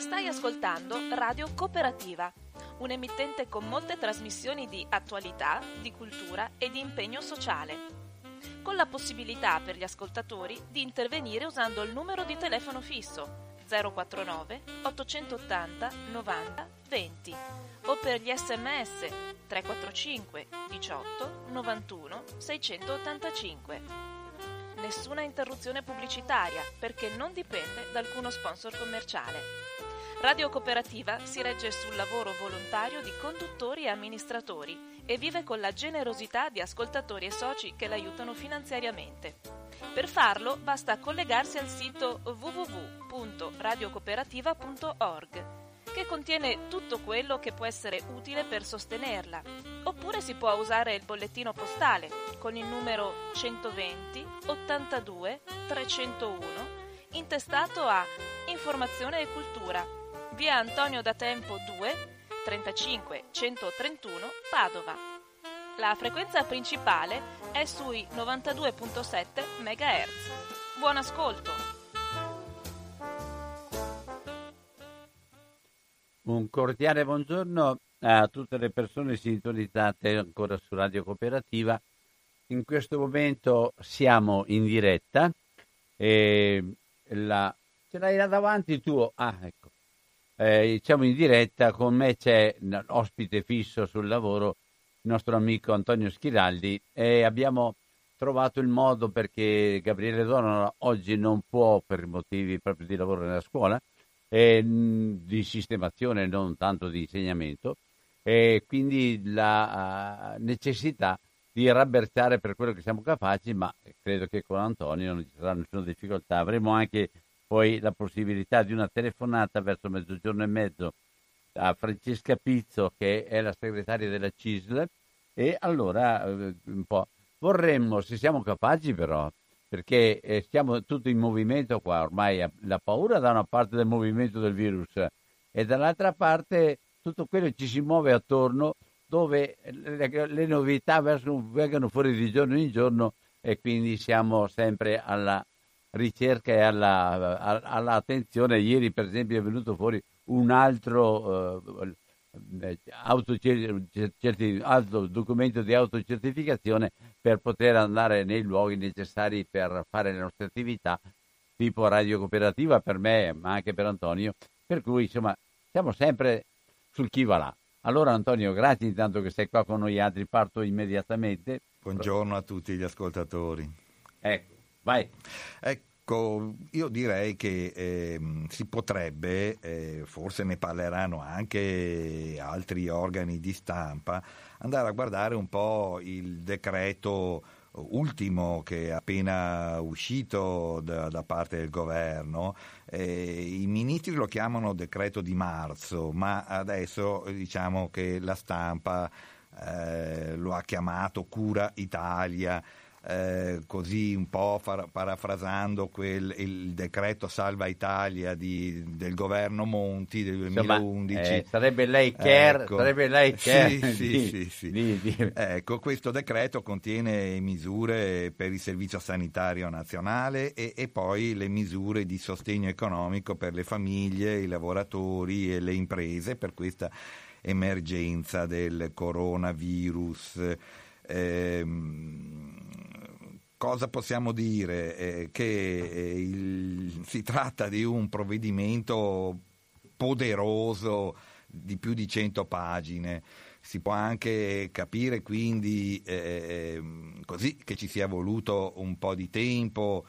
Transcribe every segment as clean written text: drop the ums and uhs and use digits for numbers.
Stai ascoltando Radio Cooperativa, un emittente con molte trasmissioni di attualità, di cultura e di impegno sociale, con la possibilità per gli ascoltatori di intervenire usando il numero di telefono fisso 049 880 90 20 o per gli sms 345 18 91 685. Nessuna interruzione pubblicitaria perché non dipende da alcuno sponsor commerciale. Radio Cooperativa si regge sul lavoro volontario di conduttori e amministratori e vive con la generosità di ascoltatori e soci che l'aiutano finanziariamente. Per farlo basta collegarsi al sito www.radiocooperativa.org, che contiene tutto quello che può essere utile per sostenerla, oppure si può usare il bollettino postale con il numero 120 82 301 intestato a Informazione e Cultura, via Antonio da Tempo 2 35 131 Padova. La frequenza principale è sui 92.7 MHz. Buon ascolto! Un cordiale buongiorno a tutte le persone sintonizzate ancora su Radio Cooperativa. In questo momento siamo in diretta. Ce l'hai là davanti tu? Ah, ecco. Siamo in diretta, con me c'è ospite fisso sul lavoro, il nostro amico Antonio Schiraldi, e abbiamo trovato il modo, perché Gabriele Donano oggi non può, per motivi proprio di lavoro nella scuola, di sistemazione, non tanto di insegnamento, e quindi la necessità di rabberciare per quello che siamo capaci, ma credo che con Antonio non ci sarà nessuna difficoltà. Avremo anche poi la possibilità di una telefonata verso mezzogiorno e mezzo a Francesca Pizzo, che è la segretaria della CISL, e allora un po' vorremmo, se siamo capaci però, perché stiamo tutti in movimento qua, ormai la paura da una parte del movimento del virus e dall'altra parte tutto quello che ci si muove attorno, dove le novità vengono fuori di giorno in giorno, e quindi siamo sempre alla ricerca e alla attenzione. Ieri per esempio è venuto fuori un altro altro documento di autocertificazione per poter andare nei luoghi necessari per fare le nostre attività, tipo Radio Cooperativa per me, ma anche per Antonio, per cui insomma siamo sempre sul chi va là. Allora Antonio, grazie intanto che sei qua con noi altri, parto immediatamente. Buongiorno a tutti gli ascoltatori. Ecco, vai. Ecco, io direi che si potrebbe, forse ne parleranno anche altri organi di stampa, andare a guardare un po' il decreto ultimo che è appena uscito da parte del governo. I ministri lo chiamano decreto di marzo, ma adesso diciamo che la stampa lo ha chiamato Cura Italia, così un po' parafrasando il decreto Salva Italia del governo Monti del 2011. Sarebbe lei care, ecco. Sarebbe lei care. Sì. Ecco, questo decreto contiene misure per il Servizio Sanitario Nazionale e poi le misure di sostegno economico per le famiglie, i lavoratori e le imprese per questa emergenza del coronavirus. Cosa possiamo dire? Che si tratta di un provvedimento poderoso di più di 100 pagine. Si può anche capire quindi così che ci sia voluto un po' di tempo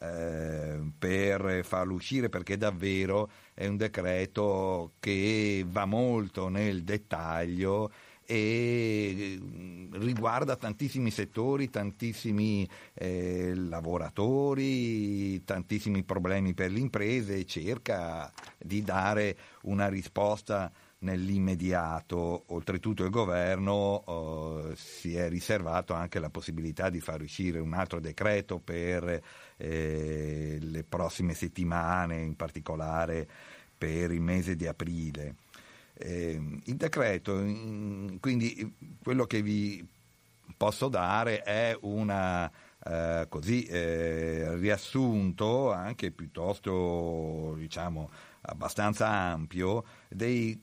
per farlo uscire, perché davvero è un decreto che va molto nel dettaglio e riguarda tantissimi settori, tantissimi lavoratori, tantissimi problemi per le imprese, e cerca di dare una risposta nell'immediato. Oltretutto il governo si è riservato anche la possibilità di far uscire un altro decreto per le prossime settimane, in particolare per il mese di aprile. Il decreto, quindi quello che vi posso dare è una così riassunto anche piuttosto, diciamo, abbastanza ampio dei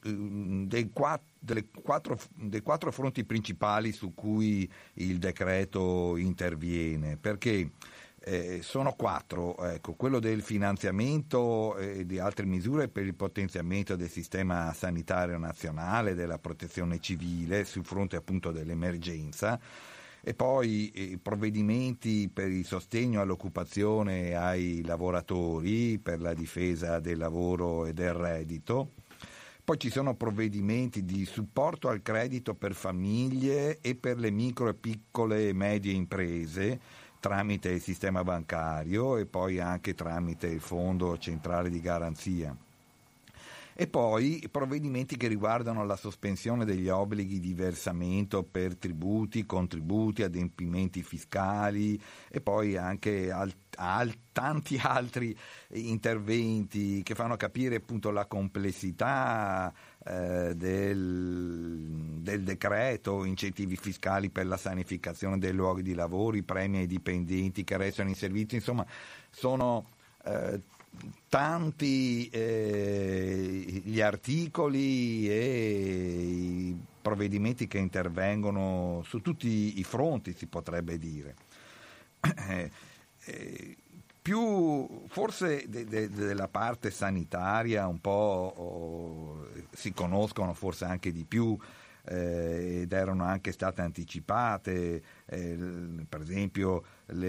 quattro fronti principali su cui il decreto interviene, perché sono quattro, ecco: quello del finanziamento e di altre misure per il potenziamento del sistema sanitario nazionale, della protezione civile sul fronte appunto dell'emergenza, e poi provvedimenti per il sostegno all'occupazione e ai lavoratori, per la difesa del lavoro e del reddito. Poi ci sono provvedimenti di supporto al credito per famiglie e per le micro e piccole e medie imprese tramite il sistema bancario e poi anche tramite il Fondo Centrale di Garanzia. E poi provvedimenti che riguardano la sospensione degli obblighi di versamento per tributi, contributi, adempimenti fiscali, e poi anche tanti altri interventi che fanno capire appunto la complessità del decreto: incentivi fiscali per la sanificazione dei luoghi di lavoro, premi ai dipendenti che restano in servizio. Insomma, sono tanti gli articoli e i provvedimenti che intervengono su tutti i fronti, si potrebbe dire. Più forse della parte sanitaria un po' si conoscono forse anche di più, ed erano anche state anticipate, per esempio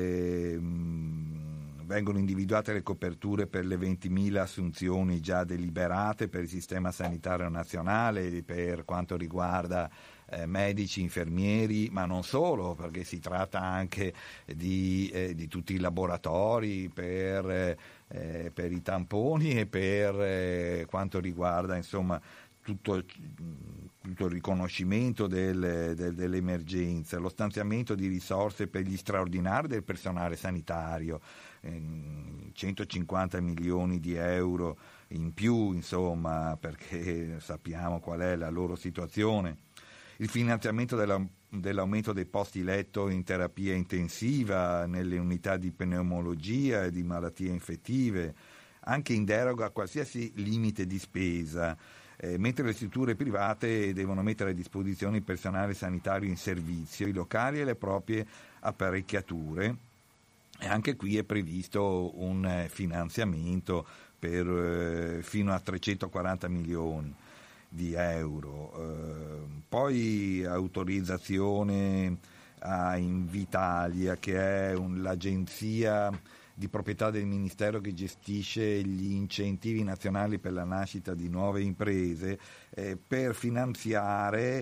vengono individuate le coperture per le 20.000 assunzioni già deliberate per il sistema sanitario nazionale per quanto riguarda medici, infermieri, ma non solo, perché si tratta anche di tutti i laboratori per i tamponi e per quanto riguarda insomma tutto il riconoscimento delle emergenze, lo stanziamento di risorse per gli straordinari del personale sanitario, 150 milioni di euro in più, insomma, perché sappiamo qual è la loro situazione, il finanziamento dell'aumento dei posti letto in terapia intensiva nelle unità di pneumologia e di malattie infettive, anche in deroga a qualsiasi limite di spesa, mentre le strutture private devono mettere a disposizione il personale sanitario in servizio, i locali e le proprie apparecchiature, e anche qui è previsto un finanziamento per fino a 340 milioni di euro. Poi autorizzazione a Invitalia, che è l'agenzia di proprietà del Ministero che gestisce gli incentivi nazionali per la nascita di nuove imprese, per finanziare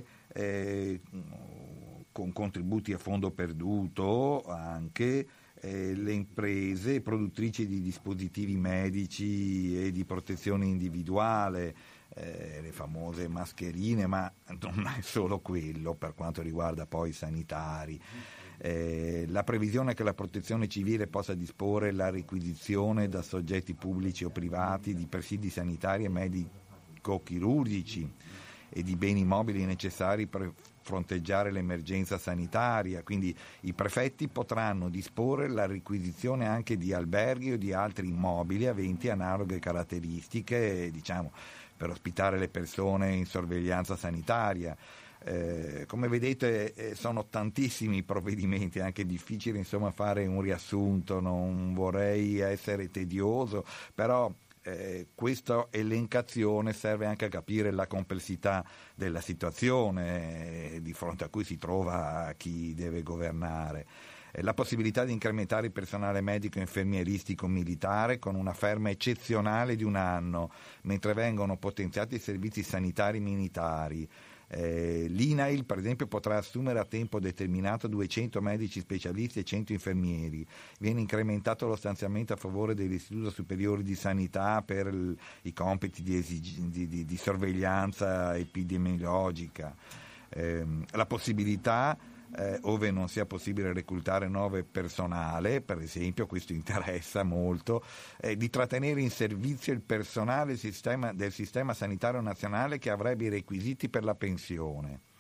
con contributi a fondo perduto anche le imprese produttrici di dispositivi medici e di protezione individuale, le famose mascherine, ma non è solo quello per quanto riguarda poi i sanitari. La previsione che la protezione civile possa disporre la requisizione da soggetti pubblici o privati di presidi sanitari e medico-chirurgici e di beni mobili necessari per fronteggiare l'emergenza sanitaria, quindi i prefetti potranno disporre la requisizione anche di alberghi o di altri immobili aventi analoghe caratteristiche, diciamo, per ospitare le persone in sorveglianza sanitaria. Come vedete sono tantissimi provvedimenti, è anche difficile insomma fare un riassunto, non vorrei essere tedioso, però questa elencazione serve anche a capire la complessità della situazione di fronte a cui si trova chi deve governare. La possibilità di incrementare il personale medico, infermieristico, militare con una ferma eccezionale di 1 anno, mentre vengono potenziati i servizi sanitari militari. L'INAIL per esempio potrà assumere a tempo determinato 200 medici specialisti e 100 infermieri. Viene incrementato lo stanziamento a favore dell'Istituto Superiore di Sanità per i compiti di sorveglianza epidemiologica. La possibilità, ove non sia possibile reclutare nuovo personale, per esempio, questo interessa molto, di trattenere in servizio il personale del sistema sanitario nazionale che avrebbe i requisiti per la pensione,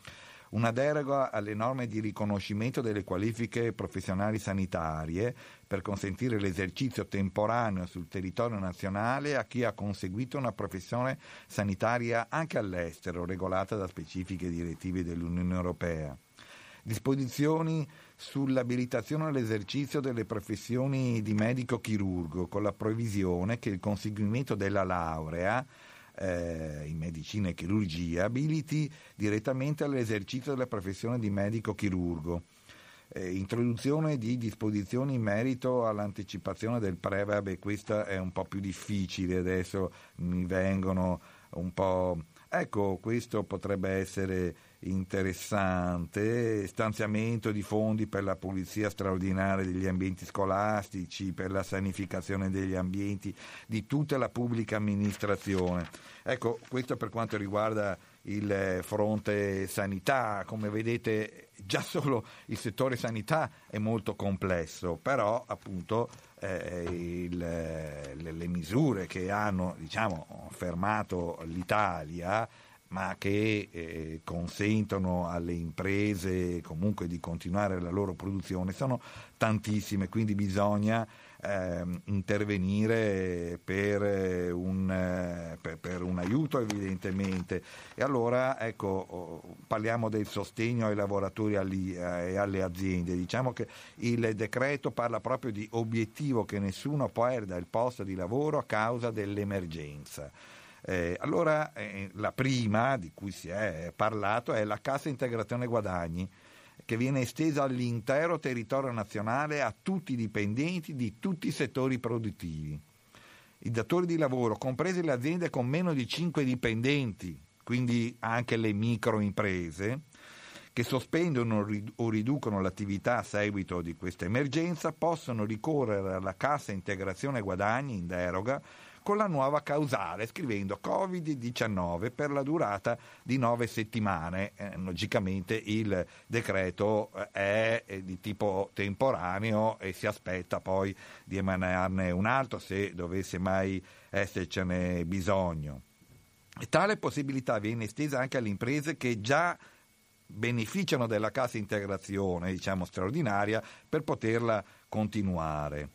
una deroga alle norme di riconoscimento delle qualifiche professionali sanitarie per consentire l'esercizio temporaneo sul territorio nazionale a chi ha conseguito una professione sanitaria anche all'estero, regolata da specifiche direttive dell'Unione Europea. Disposizioni sull'abilitazione all'esercizio delle professioni di medico-chirurgo, con la previsione che il conseguimento della laurea in medicina e chirurgia abiliti direttamente all'esercizio della professione di medico-chirurgo. Introduzione di disposizioni in merito all'anticipazione del vabbè, questa è un po' più difficile, adesso mi vengono un po'... Ecco, questo potrebbe essere interessante, stanziamento di fondi per la pulizia straordinaria degli ambienti scolastici, per la sanificazione degli ambienti di tutta la pubblica amministrazione. Ecco, questo per quanto riguarda il fronte sanità. Come vedete, già solo il settore sanità è molto complesso, però appunto le misure che hanno, diciamo, fermato l'Italia, ma che consentono alle imprese comunque di continuare la loro produzione, sono tantissime, quindi bisogna intervenire per un aiuto evidentemente. E allora ecco, parliamo del sostegno ai lavoratori e alle aziende. Diciamo che il decreto parla proprio di obiettivo che nessuno perda il posto di lavoro a causa dell'emergenza. Allora la prima di cui si è parlato è la cassa integrazione guadagni, che viene estesa all'intero territorio nazionale a tutti i dipendenti di tutti i settori produttivi. I datori di lavoro, comprese le aziende con meno di 5 dipendenti, quindi anche le microimprese, che sospendono o riducono l'attività a seguito di questa emergenza, possono ricorrere alla cassa integrazione guadagni in deroga con la nuova causale, scrivendo Covid-19 per la durata di 9 settimane. Logicamente il decreto è di tipo temporaneo e si aspetta poi di emanarne un altro se dovesse mai essercene bisogno. E tale possibilità viene estesa anche alle imprese che già beneficiano della cassa integrazione, diciamo straordinaria, per poterla continuare.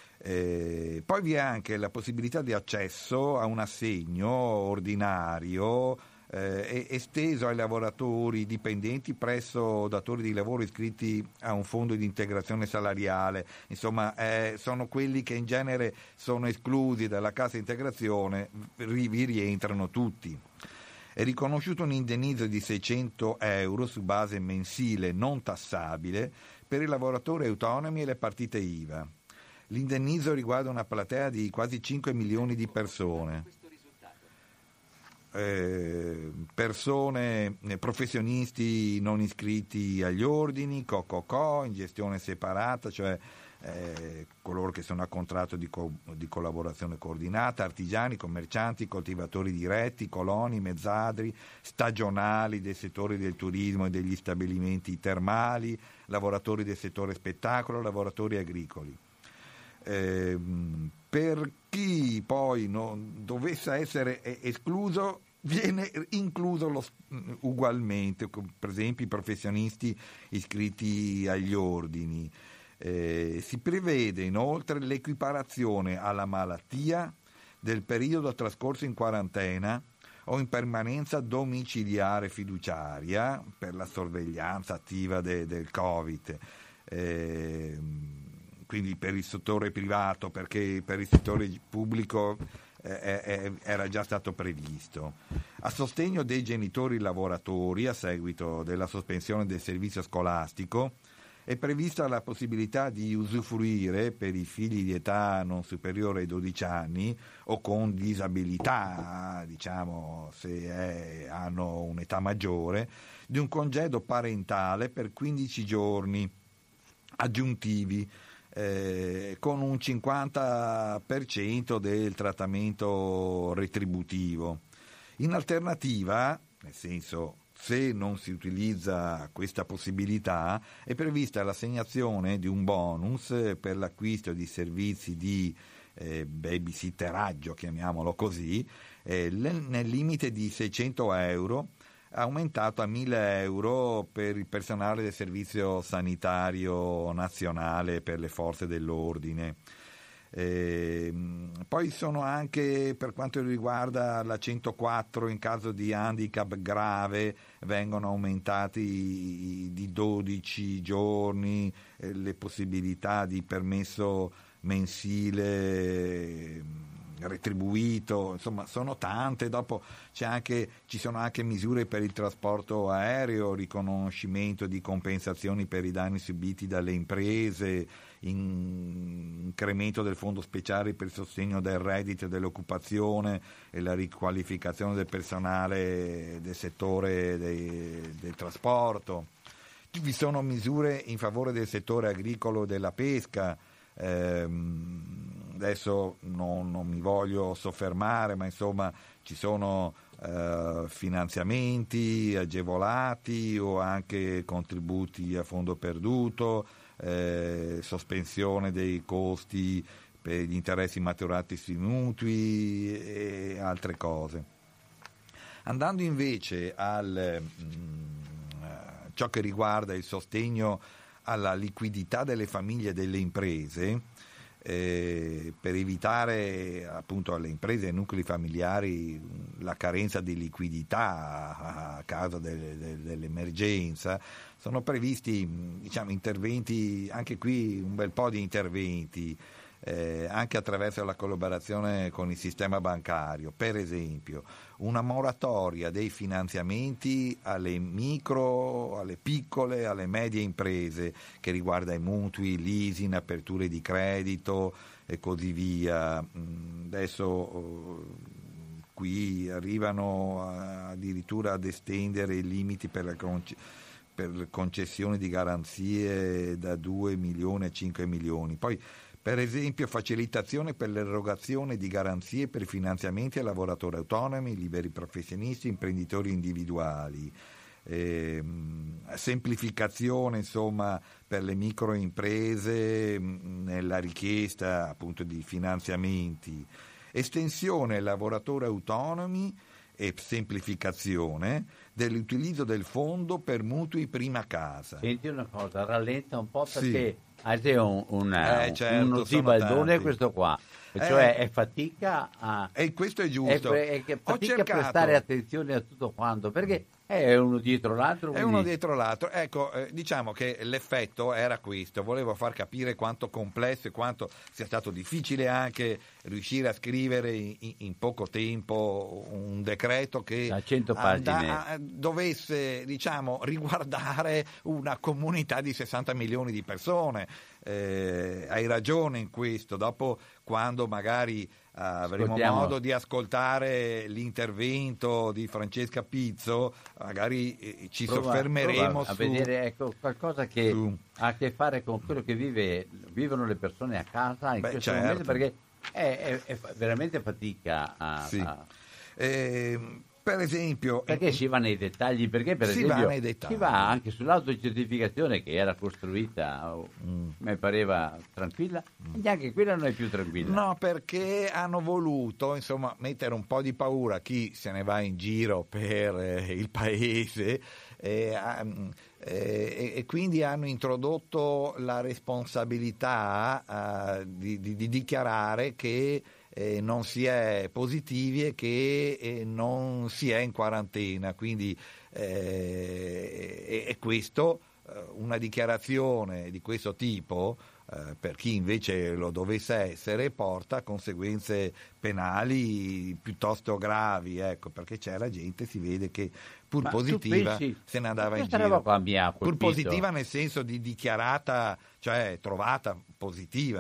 Poi vi è anche la possibilità di accesso a un assegno ordinario esteso ai lavoratori dipendenti presso datori di lavoro iscritti a un fondo di integrazione salariale. Insomma, sono quelli che in genere sono esclusi dalla cassa integrazione, vi rientrano tutti. È riconosciuto un indennizzo di 600 euro su base mensile non tassabile per i lavoratori autonomi e le partite IVA. L'indennizzo riguarda una platea di quasi 5 milioni di persone. Persone, professionisti non iscritti agli ordini, co, in gestione separata, cioè coloro che sono a contratto di collaborazione coordinata, artigiani, commercianti, coltivatori diretti, coloni, mezzadri, stagionali del settore del turismo e degli stabilimenti termali, lavoratori del settore spettacolo, lavoratori agricoli. Per chi poi non dovesse essere escluso, viene incluso ugualmente, per esempio i professionisti iscritti agli ordini. Si prevede inoltre l'equiparazione alla malattia del periodo trascorso in quarantena o in permanenza domiciliare fiduciaria per la sorveglianza attiva del Covid. Quindi per il settore privato, perché per il settore pubblico era già stato previsto. A sostegno dei genitori lavoratori a seguito della sospensione del servizio scolastico è prevista la possibilità di usufruire per i figli di età non superiore ai 12 anni o con disabilità, diciamo se hanno un'età maggiore, di un congedo parentale per 15 giorni aggiuntivi con un 50% del trattamento retributivo. In alternativa, nel senso, se non si utilizza questa possibilità, è prevista l'assegnazione di un bonus per l'acquisto di servizi di babysitteraggio, chiamiamolo così, nel limite di 600 euro aumentato a 1.000 euro per il personale del Servizio Sanitario Nazionale per le forze dell'ordine. Poi sono anche, per quanto riguarda la 104, in caso di handicap grave vengono aumentati di 12 giorni le possibilità di permesso mensile retribuito, insomma sono tante. Dopo ci sono anche misure per il trasporto aereo, riconoscimento di compensazioni per i danni subiti dalle imprese, incremento del fondo speciale per il sostegno del reddito e dell'occupazione e la riqualificazione del personale del settore del trasporto. Vi sono misure in favore del settore agricolo e della pesca. Adesso non mi voglio soffermare, ma insomma ci sono finanziamenti agevolati o anche contributi a fondo perduto, sospensione dei costi per gli interessi maturati sui mutui e altre cose. Andando invece ciò che riguarda il sostegno alla liquidità delle famiglie e delle imprese, per evitare appunto alle imprese e ai nuclei familiari la carenza di liquidità a causa dell'emergenza, sono previsti interventi, anche qui un bel po' di interventi, anche attraverso la collaborazione con il sistema bancario. Per esempio una moratoria dei finanziamenti alle micro, alle piccole, alle medie imprese, che riguarda i mutui, leasing, aperture di credito e così via. Adesso qui arrivano addirittura ad estendere i limiti per le concessioni di garanzie da 2 milioni a 5 milioni. Poi per esempio facilitazione per l'erogazione di garanzie per finanziamenti a lavoratori autonomi, liberi professionisti, imprenditori individuali, semplificazione insomma per le microimprese nella richiesta appunto di finanziamenti, estensione ai lavoratori autonomi e semplificazione dell'utilizzo del fondo per mutui prima casa. Senti una cosa, rallenta un po' perché sì. Hai Certo, uno zibaldone questo qua, cioè è fatica a... E questo è giusto. È fatica a prestare attenzione a tutto quanto, perché è uno dietro l'altro. È uno dietro l'altro. Ecco, diciamo che l'effetto era questo. Volevo far capire quanto complesso e quanto sia stato difficile anche riuscire a scrivere in poco tempo un decreto che a 100 pagine dovesse, riguardare una comunità di 60 milioni di persone. Hai ragione in questo. Dopo, quando magari avremo modo di ascoltare l'intervento di Francesca Pizzo, magari ci soffermeremo a vedere qualcosa che ha a che fare con quello che vivono le persone a casa in questo momento, perché è veramente fatica per esempio, perché si va nei dettagli, perché per esempio si va anche sull'autocertificazione che era costruita, mi pareva tranquilla, e neanche quella non è più tranquilla. No, perché hanno voluto mettere un po' di paura a chi se ne va in giro per il paese e quindi hanno introdotto la responsabilità di dichiarare che non si è positivi e che non si è in quarantena, quindi è questo, una dichiarazione di questo tipo per chi invece lo dovesse essere porta a conseguenze penali piuttosto gravi, perché c'era gente, si vede che pur positiva se ne andava in giro, pur positiva nel senso di dichiarata, cioè trovata positiva,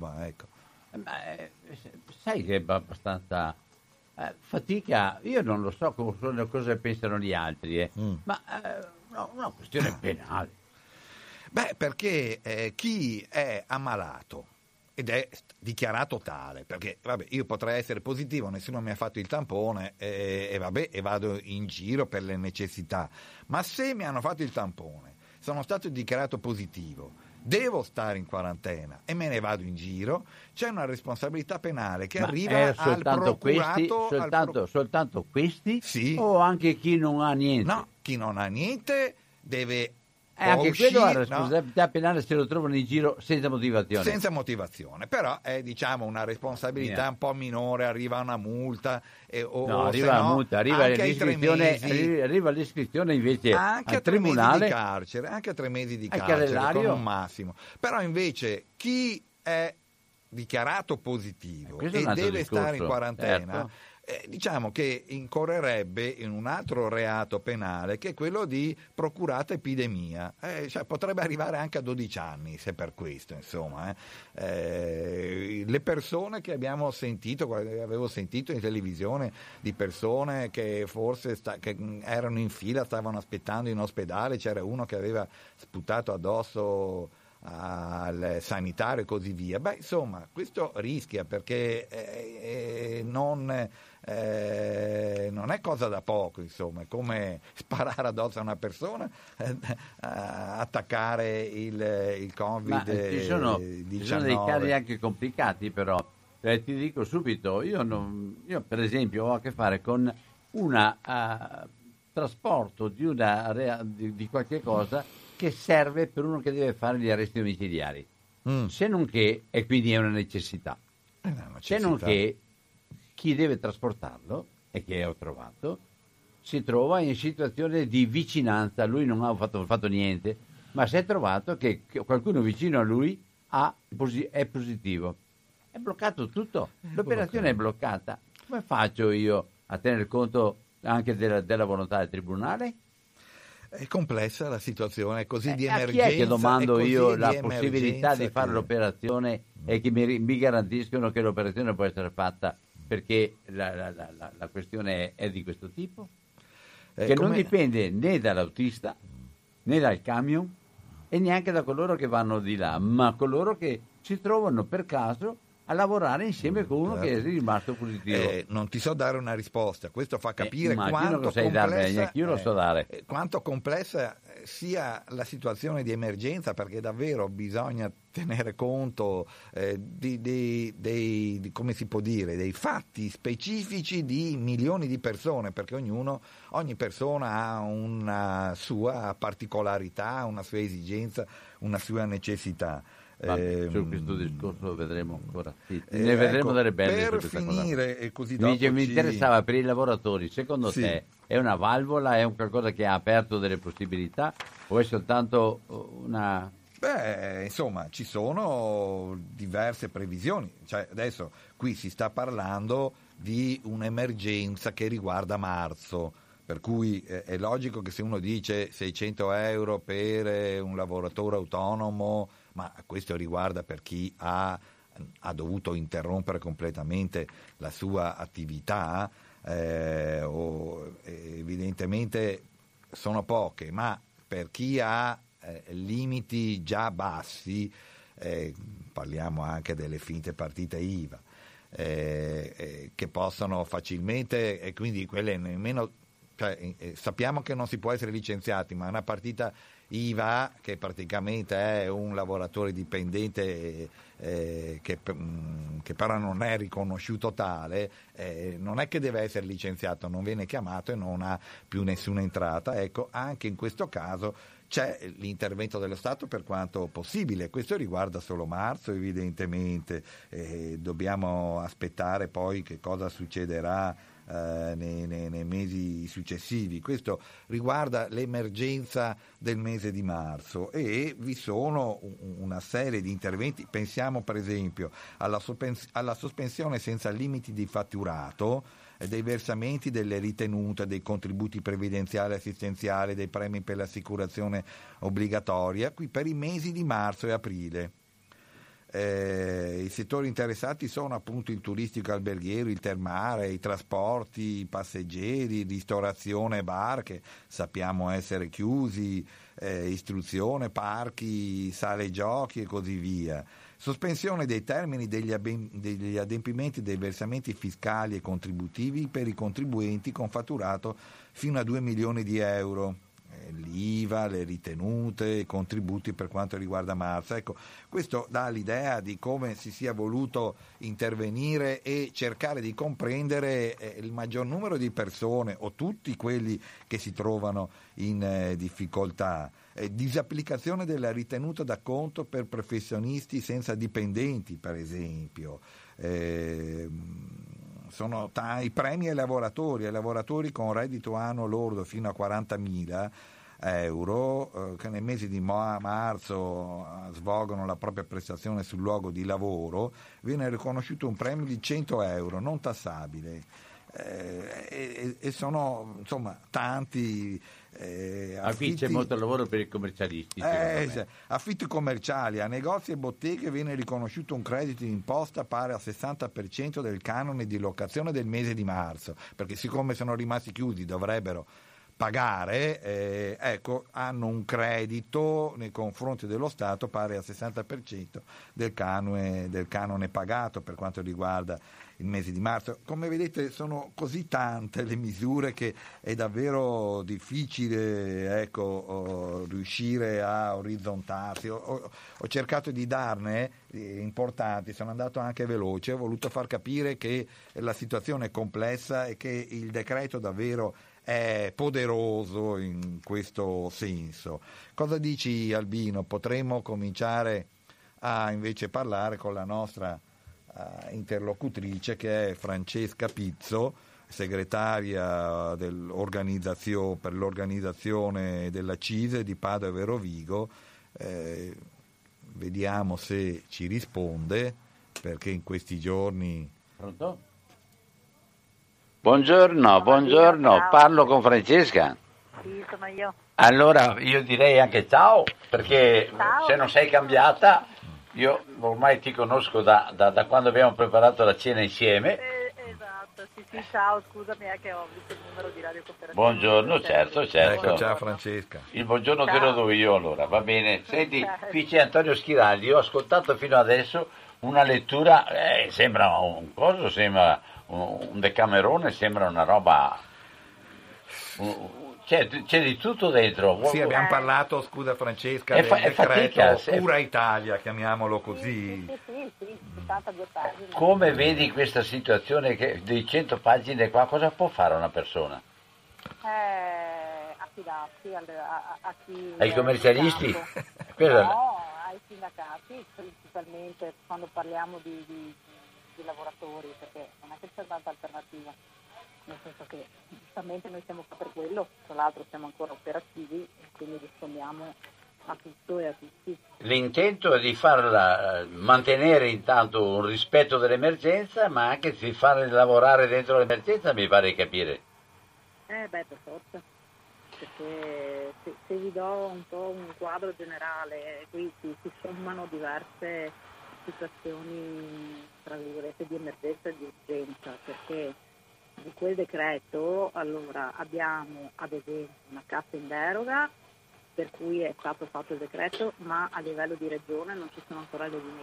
sai che è abbastanza fatica, io non lo so cosa pensano gli altri, ma una questione penale. Perché chi è ammalato ed è dichiarato tale, perché io potrei essere positivo, nessuno mi ha fatto il tampone e vado in giro per le necessità, ma se mi hanno fatto il tampone, sono stato dichiarato positivo devo stare in quarantena e me ne vado in giro, c'è una responsabilità penale che arriva al procurato. Soltanto questi? Sì. O anche chi non ha niente? No, chi non ha niente deve... anche quello ha responsabilità penale se lo trovano in giro senza motivazione. Senza motivazione, però è una responsabilità un po' minore, arriva una multa arriva l'iscrizione invece anche al tribunale, anche a 3 mesi di carcere con un massimo. Però invece chi è dichiarato positivo e deve stare in quarantena, certo. Diciamo che incorrerebbe in un altro reato penale che è quello di procurata epidemia, potrebbe arrivare anche a 12 anni se per questo, insomma. Le persone che avevo sentito in televisione di persone che forse che erano in fila, stavano aspettando in ospedale, c'era uno che aveva sputato addosso al sanitario e così via. Insomma, questo rischia perché non è cosa da poco, insomma, è come sparare addosso a una persona, attaccare il Covid. Ci sono dei casi anche complicati, però ti dico subito, io per esempio ho a che fare con un trasporto di qualche cosa che serve per uno che deve fare gli arresti domiciliari, se non che, e quindi è una necessità. Se non che chi deve trasportarlo, e che ho trovato, si trova in situazione di vicinanza, lui non ha fatto niente, ma si è trovato che qualcuno vicino a lui è positivo. È bloccato tutto, l'operazione è bloccata. Come faccio io a tener conto anche della volontà del tribunale? È complessa la situazione, è così di emergenza. A chi è che domando io la possibilità di fare l'operazione e che mi garantiscono che l'operazione può essere fatta perché la questione è di questo tipo? Che non dipende né dall'autista né dal camion e neanche da coloro che vanno di là, ma coloro che si trovano per caso a lavorare insieme con uno che è rimasto positivo. Non ti so dare una risposta, questo fa capire quanto complessa sia la situazione di emergenza, perché davvero bisogna tenere conto come si può dire, dei fatti specifici di milioni di persone, perché ogni persona ha una sua particolarità, una sua esigenza, una sua necessità. Su questo discorso vedremo ancora, ne vedremo delle belle. Per finire, e così mi interessava per i lavoratori, secondo te è una valvola, è un qualcosa che ha aperto delle possibilità o è soltanto una... Insomma, ci sono diverse previsioni, adesso qui si sta parlando di un'emergenza che riguarda marzo, per cui è logico che se uno dice 600 euro per un lavoratore autonomo, ma questo riguarda per chi ha dovuto interrompere completamente la sua attività, evidentemente sono poche, ma per chi ha limiti già bassi, parliamo anche delle finte partite IVA, che possono facilmente, e quindi quelle nemmeno... sappiamo che non si può essere licenziati, ma una partita IVA che praticamente è un lavoratore dipendente che però non è riconosciuto tale, non è che deve essere licenziato, non viene chiamato e non ha più nessuna entrata. Ecco, anche in questo caso c'è l'intervento dello Stato per quanto possibile. Questo riguarda solo marzo, evidentemente, dobbiamo aspettare poi che cosa succederà nei mesi successivi. Questo riguarda l'emergenza del mese di marzo e vi sono una serie di interventi. Pensiamo per esempio alla sospensione senza limiti di fatturato dei versamenti, delle ritenute, dei contributi previdenziali e assistenziali, dei premi per l'assicurazione obbligatoria, qui per i mesi di marzo e aprile. I settori interessati sono appunto il turistico alberghiero, il termare, i trasporti, i passeggeri, ristorazione, bar che sappiamo essere chiusi, istruzione, parchi, sale giochi e così via. Sospensione dei termini degli adempimenti dei versamenti fiscali e contributivi per i contribuenti con fatturato fino a 2 milioni di euro. l'IVA, le ritenute, i contributi per quanto riguarda marzo. Ecco, questo dà l'idea di come si sia voluto intervenire e cercare di comprendere il maggior numero di persone o tutti quelli che si trovano in difficoltà. Disapplicazione della ritenuta d'acconto per professionisti senza dipendenti, per esempio. Sono i premi ai lavoratori con reddito annuo lordo fino a 40.000 euro che nel mese di marzo svolgono la propria prestazione sul luogo di lavoro. Viene riconosciuto un premio di 100 euro non tassabile. E sono insomma tanti affitti, c'è molto lavoro per i commercialisti, affitti commerciali a negozi e botteghe. Viene riconosciuto un credito di imposta pari al 60% del canone di locazione del mese di marzo, perché siccome sono rimasti chiusi dovrebbero pagare, hanno un credito nei confronti dello Stato pari al 60% del canone pagato per quanto riguarda il mese di marzo. Come vedete sono così tante le misure che è davvero difficile riuscire a orizzontarsi. Ho cercato di darne importanti, sono andato anche veloce, ho voluto far capire che la situazione è complessa e che il decreto davvero è poderoso in questo senso. Cosa dici, Albino? Potremmo cominciare a invece parlare con la nostra interlocutrice, che è Francesca Pizzo, segretaria per l'organizzazione della CISE di Padova e Verovigo. Vediamo se ci risponde, perché in questi giorni... Pronto? Buongiorno, parlo con Francesca. Sì, sono io. Allora io direi anche ciao, perché ciao. Se non sei cambiata, io ormai ti conosco da quando abbiamo preparato la cena insieme. Esatto, sì, ciao, scusami che ho visto il numero di Radio Cooperativa. Buongiorno, certo. Ecco, ciao Francesca. Il buongiorno te lo do io allora, va bene. Senti, qui c'è Antonio Schiraldi, io ho ascoltato fino adesso una lettura, sembra un coso, sembra un Decamerone, sembra una roba... C'è di tutto dentro. Sì, abbiamo parlato, scusa Francesca, del decreto Cura Italia, chiamiamolo così. Sì, 72 pagine. Come vedi questa situazione dei 100 pagine qua, cosa può fare una persona? Affidarsi a chi... Ai commercialisti? No, ai sindacati, principalmente quando parliamo di lavoratori, perché non è che c'è tanta alternativa. Nel senso che giustamente noi siamo qua per quello, tra l'altro siamo ancora operativi e quindi rispondiamo a tutto e a tutti. L'intento è di mantenere intanto un rispetto dell'emergenza, ma anche di farli lavorare dentro l'emergenza, mi pare di capire. Per forza, perché se vi do un po' un quadro generale, qui si sommano diverse situazioni, tra virgolette, di emergenza e di urgenza, perché di quel decreto, allora, abbiamo ad esempio una cassa in deroga per cui è stato fatto il decreto, ma a livello di regione non ci sono ancora le linee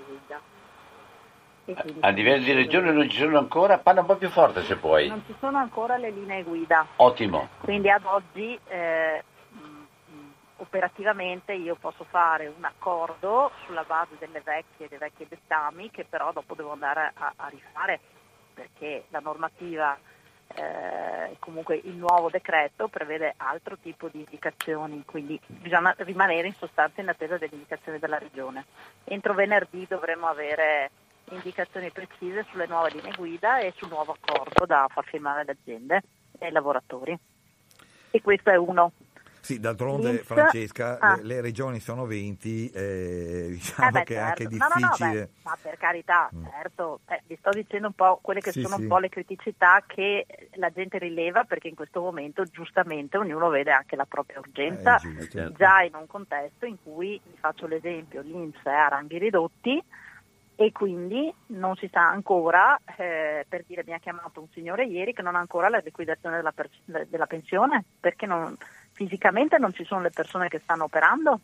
guida. A livello di regione non ci sono ancora? Parla un po' più forte se puoi. Non ci sono ancora le linee guida. Ottimo. Quindi ad oggi operativamente io posso fare un accordo sulla base dei vecchi dettami, che però dopo devo andare a rifare, perché la normativa, comunque il nuovo decreto prevede altro tipo di indicazioni, quindi bisogna rimanere in sostanza in attesa delle indicazioni della regione. Entro venerdì dovremo avere indicazioni precise sulle nuove linee guida e sul nuovo accordo da far firmare alle aziende e ai lavoratori. E questo è uno. Sì, d'altronde Francesca, le regioni sono 20, diciamo che è anche difficile. No, ma per carità, certo, vi sto dicendo un po' quelle che sono un po' le criticità che la gente rileva, perché in questo momento giustamente ognuno vede anche la propria urgenza, già in un contesto in cui, vi faccio l'esempio, l'INPS è a ranghi ridotti e quindi non si sa ancora, per dire, mi ha chiamato un signore ieri che non ha ancora la liquidazione della pensione, perché fisicamente non ci sono le persone che stanno operando.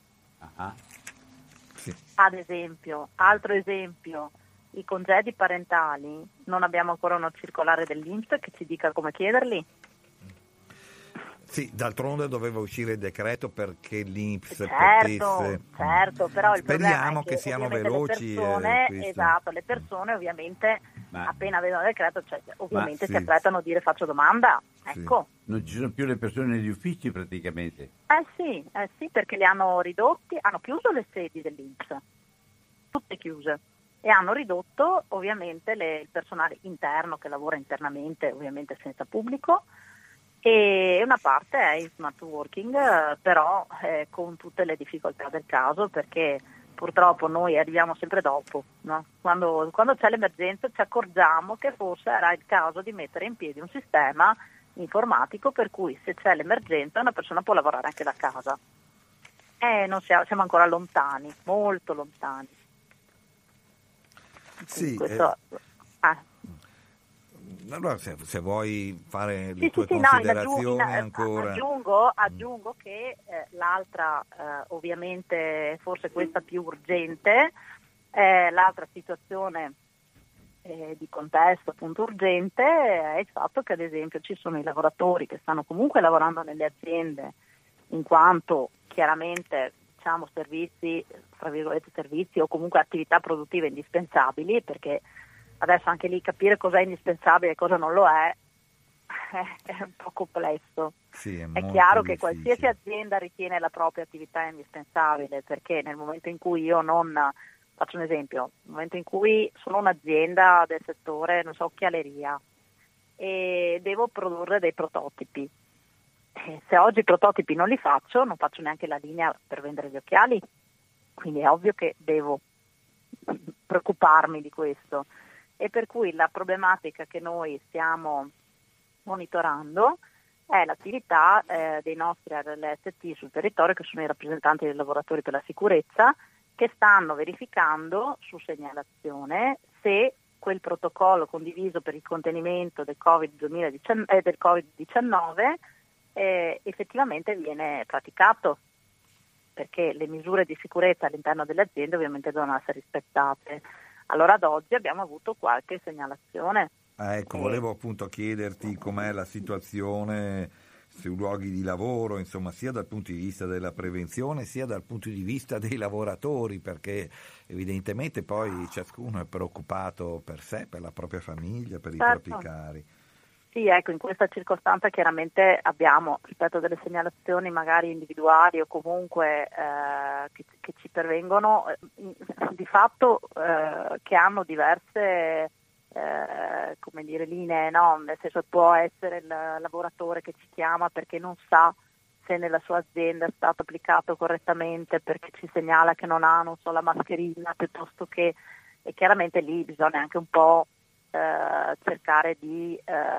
Sì. Ad esempio, altro esempio, i congedi parentali, non abbiamo ancora una circolare dell'INPS che ci dica come chiederli. Sì, d'altronde doveva uscire il decreto perché l'INPS certo, certo, però il speriamo problema è che siano veloci. Le persone, esatto, le persone ovviamente appena vedono il decreto, cioè, ovviamente si affrettano a dire faccio domanda, ecco. Non ci sono più le persone negli uffici praticamente. Sì, perché li hanno ridotti, hanno chiuso le sedi dell'INPS, tutte chiuse, e hanno ridotto ovviamente il personale interno che lavora internamente, ovviamente senza pubblico, e una parte è in smart working, però con tutte le difficoltà del caso, perché purtroppo noi arriviamo sempre dopo, no? Quando c'è l'emergenza ci accorgiamo che forse era il caso di mettere in piedi un sistema informatico per cui se c'è l'emergenza una persona può lavorare anche da casa. Non siamo ancora lontani, molto lontani. Sì, questo, allora se vuoi fare le tue considerazioni ancora. Aggiungo che l'altra, ovviamente forse questa più urgente, l'altra situazione di contesto appunto urgente è il fatto che ad esempio ci sono i lavoratori che stanno comunque lavorando nelle aziende, in quanto chiaramente diciamo servizi, tra virgolette servizi o comunque attività produttive indispensabili, perché adesso anche lì capire cosa è indispensabile e cosa non lo è un po' complesso. Sì, è chiaro che qualsiasi azienda ritiene la propria attività indispensabile, perché nel momento in cui io non, faccio un esempio, nel momento in cui sono un'azienda del settore, non so, occhialeria, e devo produrre dei prototipi, se oggi i prototipi non li faccio, non faccio neanche la linea per vendere gli occhiali, quindi è ovvio che devo preoccuparmi di questo. E per cui la problematica che noi stiamo monitorando è l'attività dei nostri RLST sul territorio, che sono i rappresentanti dei lavoratori per la sicurezza, che stanno verificando su segnalazione se quel protocollo condiviso per il contenimento del Covid-19 effettivamente viene praticato, perché le misure di sicurezza all'interno delle aziende ovviamente devono essere rispettate. Allora ad oggi abbiamo avuto qualche segnalazione. Ecco, volevo appunto chiederti com'è la situazione sui luoghi di lavoro, insomma, sia dal punto di vista della prevenzione sia dal punto di vista dei lavoratori, perché evidentemente poi ciascuno è preoccupato per sé, per la propria famiglia, per i propri cari. Sì, ecco, in questa circostanza chiaramente abbiamo, rispetto, delle segnalazioni magari individuali o comunque che ci pervengono, di fatto che hanno diverse linee, no? Nel senso, può essere il lavoratore che ci chiama perché non sa se nella sua azienda è stato applicato correttamente, perché ci segnala che non ha, la mascherina, piuttosto che, e chiaramente lì bisogna anche un po' cercare di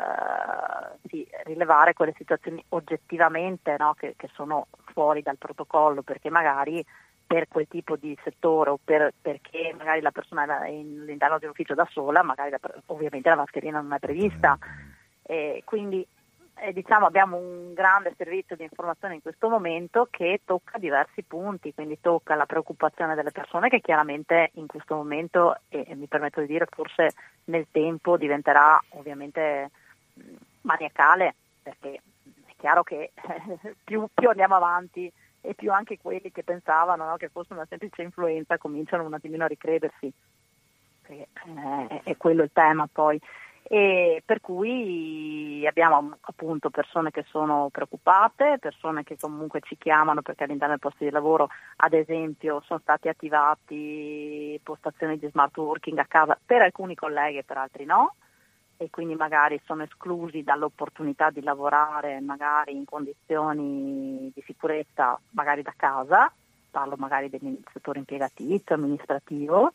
rilevare quelle situazioni oggettivamente, no? che sono fuori dal protocollo, perché magari per quel tipo di settore o perché magari la persona è all'interno di un ufficio da sola, magari ovviamente la mascherina non è prevista, quindi abbiamo un grande servizio di informazione in questo momento che tocca diversi punti, quindi tocca la preoccupazione delle persone, che chiaramente in questo momento, e mi permetto di dire forse nel tempo diventerà ovviamente maniacale, perché è chiaro che più andiamo avanti e più anche quelli che pensavano, no, che fosse una semplice influenza cominciano un attimino a ricredersi, perché è quello il tema poi. E per cui abbiamo appunto persone che sono preoccupate, persone che comunque ci chiamano perché all'interno del posto di lavoro, ad esempio, sono stati attivati postazioni di smart working a casa per alcuni colleghi e per altri no, e quindi magari sono esclusi dall'opportunità di lavorare magari in condizioni di sicurezza magari da casa, parlo magari del settore impiegatizio, amministrativo,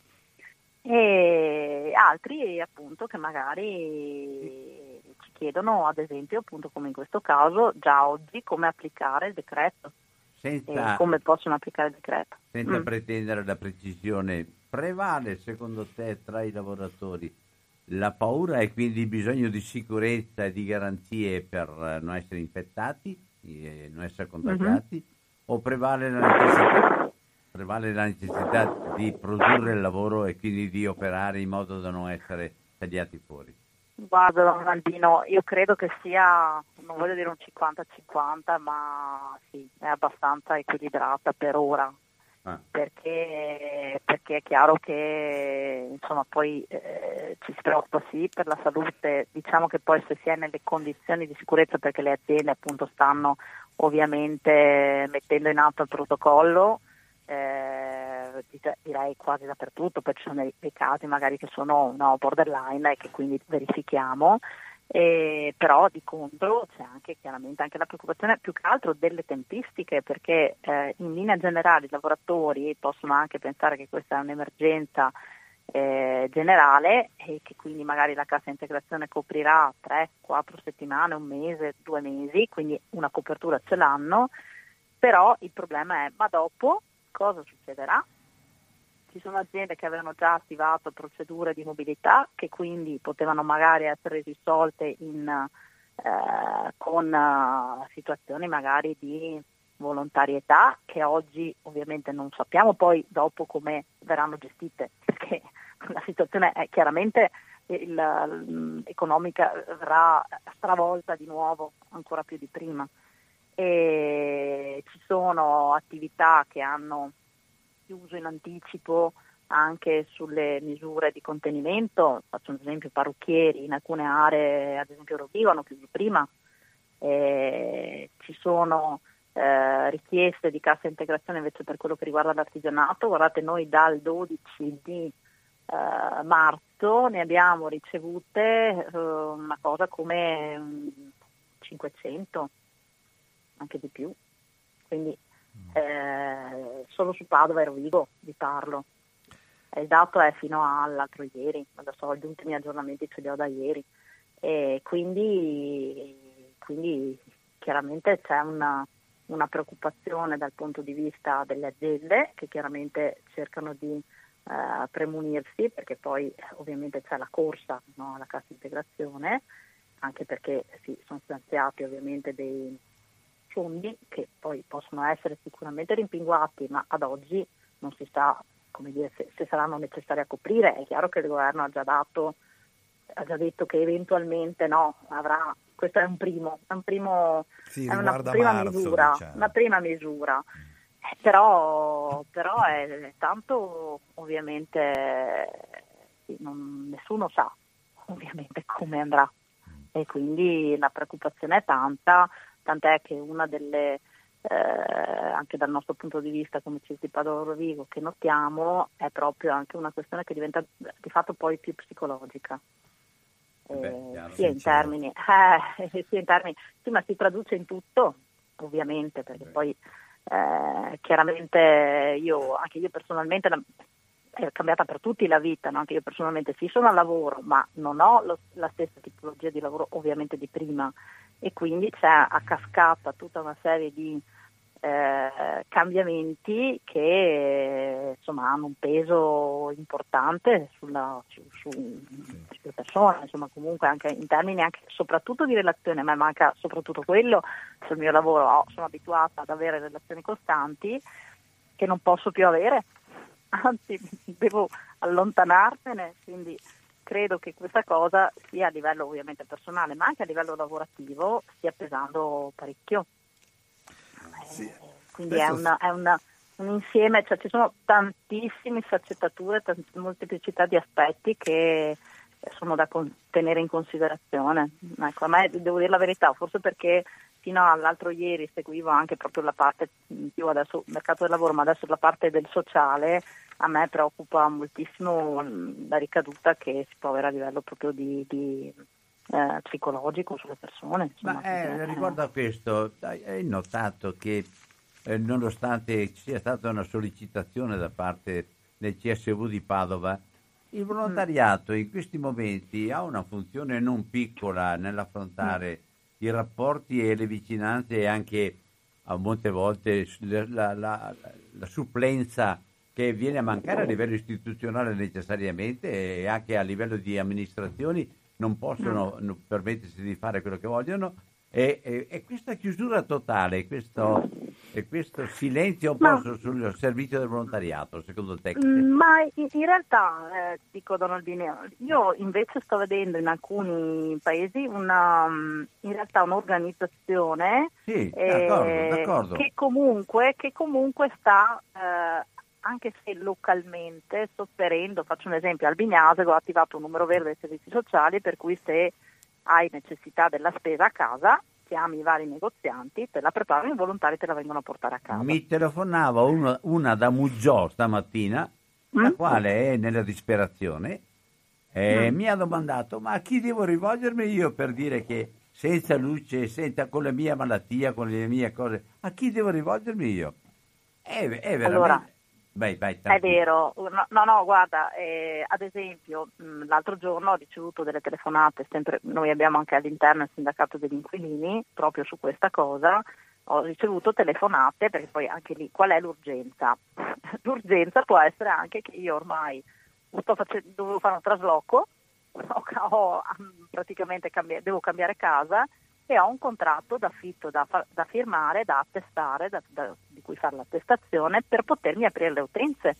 e altri appunto che magari ci chiedono, ad esempio appunto come in questo caso, già oggi come applicare il decreto e come possono applicare il decreto. Senza pretendere la precisione, prevale secondo te tra i lavoratori la paura e quindi il bisogno di sicurezza e di garanzie per non essere infettati e non essere contagiati, o prevale la necessità di produrre il lavoro e quindi di operare in modo da non essere tagliati fuori? Guarda, Don Albino, io credo che sia, non voglio dire un 50-50, ma sì, è abbastanza equilibrata per ora, perché è chiaro che insomma poi ci si preoccupa sì per la salute, diciamo che poi se si è nelle condizioni di sicurezza, perché le aziende appunto stanno ovviamente mettendo in atto il protocollo, direi quasi dappertutto, perché ci sono dei casi magari che sono borderline e che quindi verifichiamo, però di contro c'è anche chiaramente anche la preoccupazione più che altro delle tempistiche, perché in linea generale i lavoratori possono anche pensare che questa è un'emergenza generale e che quindi magari la cassa integrazione coprirà 3-4 settimane, un mese, 2 mesi, quindi una copertura ce l'hanno, però il problema è: ma dopo cosa succederà? Ci sono aziende che avevano già attivato procedure di mobilità che quindi potevano magari essere risolte con situazioni magari di volontarietà, che oggi ovviamente non sappiamo poi dopo come verranno gestite, perché la situazione è chiaramente economica verrà stravolta di nuovo ancora più di prima. E ci sono attività che hanno chiuso in anticipo anche sulle misure di contenimento, faccio un esempio: parrucchieri in alcune aree, ad esempio Rovigo, hanno chiuso prima, ci sono richieste di cassa integrazione invece per quello che riguarda l'artigianato. Guardate, noi dal 12 di marzo ne abbiamo ricevute una cosa come 500, anche di più, quindi solo su Padova e Rovigo vi parlo. Il dato è fino all'altro ieri, adesso gli ultimi aggiornamenti ce li ho da ieri, e quindi chiaramente c'è una preoccupazione dal punto di vista delle aziende, che chiaramente cercano di premunirsi, perché poi ovviamente c'è la corsa, no, alla cassa integrazione, anche perché sì, sono stanziati ovviamente dei fondi che poi possono essere sicuramente rimpinguati, ma ad oggi non si sa, come dire, se saranno necessari a coprire. È chiaro che il governo ha già detto che eventualmente avrà. Questo è una prima misura, diciamo. Una prima misura. Però è tanto, ovviamente nessuno sa ovviamente come andrà, e quindi la preoccupazione è tant'è che una delle anche dal nostro punto di vista come CISL di Padova Rovigo che notiamo è proprio anche una questione che diventa di fatto poi più psicologica. Sia in termini, sì, ma si traduce in tutto, ovviamente, perché poi chiaramente anche io personalmente è cambiata per tutti la vita, no? Anche io personalmente sì, sono al lavoro, ma non ho la stessa tipologia di lavoro ovviamente di prima, e quindi c'è a cascata tutta una serie di cambiamenti che insomma hanno un peso importante sulle persone, insomma, comunque anche in termini anche soprattutto di relazione. Ma manca soprattutto quello sul mio lavoro. Sono abituata ad avere relazioni costanti che non posso più avere, anzi devo allontanarmene, quindi credo che questa cosa sia a livello ovviamente personale ma anche a livello lavorativo stia pesando parecchio. Sì. Quindi è un insieme, cioè ci sono tantissime sfaccettature, molteplicità di aspetti che sono da tenere in considerazione. Ecco, a me, devo dire la verità, forse perché fino all'altro ieri seguivo anche proprio la parte più adesso mercato del lavoro, ma adesso la parte del sociale, a me preoccupa moltissimo la ricaduta che si può avere a livello proprio di psicologico sulle persone. Insomma, riguardo a questo, hai notato che nonostante ci sia stata una sollecitazione da parte del CSV di Padova, il volontariato in questi momenti ha una funzione non piccola nell'affrontare i rapporti e le vicinanze, e anche a molte volte la supplenza che viene a mancare a livello istituzionale necessariamente, e anche a livello di amministrazioni non possono permettersi di fare quello che vogliono, e questa chiusura totale, c'è questo silenzio un po' sul servizio del volontariato, secondo te? Ma in realtà, dico Donaldino, io invece sto vedendo in alcuni paesi in realtà un'organizzazione sì, d'accordo. Che comunque sta, anche se localmente, sofferendo. Faccio un esempio: Albignasego ha attivato un numero verde dei servizi sociali, per cui se hai necessità della spesa a casa, chiami i vari negozianti, te la preparano, i volontari te la vengono a portare a casa. Mi telefonava una da Muggiò stamattina, la quale è nella disperazione, e mi ha domandato: ma a chi devo rivolgermi io per dire che senza luce, con la mia malattia, con le mie cose, a chi devo rivolgermi io? È veramente... Allora, vai, è vero, no, guarda, ad esempio l'altro giorno ho ricevuto delle telefonate, sempre, noi abbiamo anche all'interno il sindacato degli inquilini, proprio su questa cosa, ho ricevuto telefonate, perché poi anche lì qual è l'urgenza? L'urgenza può essere anche che io ormai dovevo fare un trasloco, praticamente devo cambiare casa e ho un contratto d'affitto da firmare, da attestare, di cui fare l'attestazione per potermi aprire le utenze.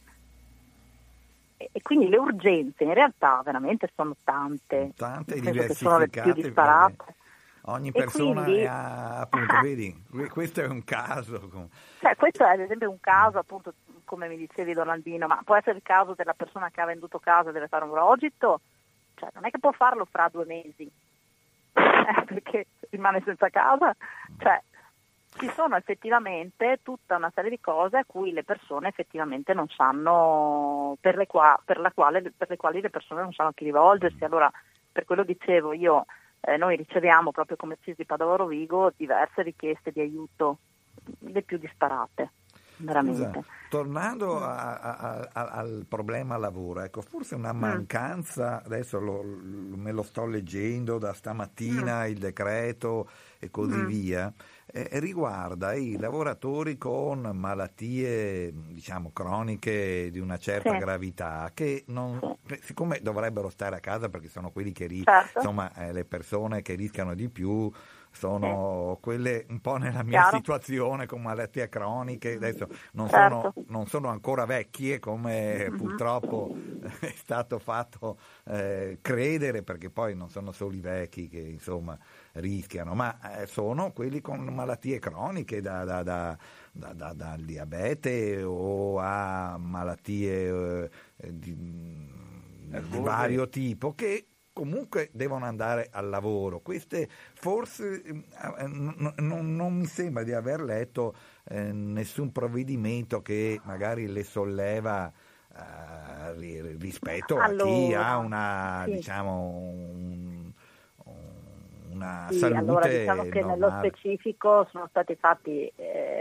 E quindi le urgenze in realtà veramente sono tante diversificate, sono le più disparate. Ogni persona quindi, ha, appunto, vedi, questo è un caso. Cioè, questo è ad esempio un caso, appunto, come mi dicevi Donaldino, ma può essere il caso della persona che ha venduto casa e deve fare un rogito, cioè non è che può farlo fra 2 mesi, perché rimane senza casa, cioè ci sono effettivamente tutta una serie di cose a cui le persone effettivamente non sanno, per le quali le persone non sanno a chi rivolgersi. Allora, per quello dicevo io, noi riceviamo proprio come CISL di Padova Rovigo diverse richieste di aiuto, le più disparate, veramente. Scusa, tornando al problema lavoro, ecco, forse una mancanza, adesso me lo sto leggendo da stamattina, il decreto e così via, riguarda i lavoratori con malattie, diciamo, croniche di una certa gravità, che siccome dovrebbero stare a casa perché sono quelli che insomma, le persone che rischiano di più sono quelle un po' nella mia situazione, con malattie croniche. Adesso non sono ancora vecchie come purtroppo è stato fatto credere, perché poi non sono solo i vecchi che insomma rischiano, ma sono quelli con malattie croniche dal diabete o a malattie di vario tipo, che comunque devono andare al lavoro. Queste forse non mi sembra di aver letto nessun provvedimento che magari le solleva rispetto a chi ha una, diciamo, una salute allora diciamo che normale. Nello specifico sono stati fatti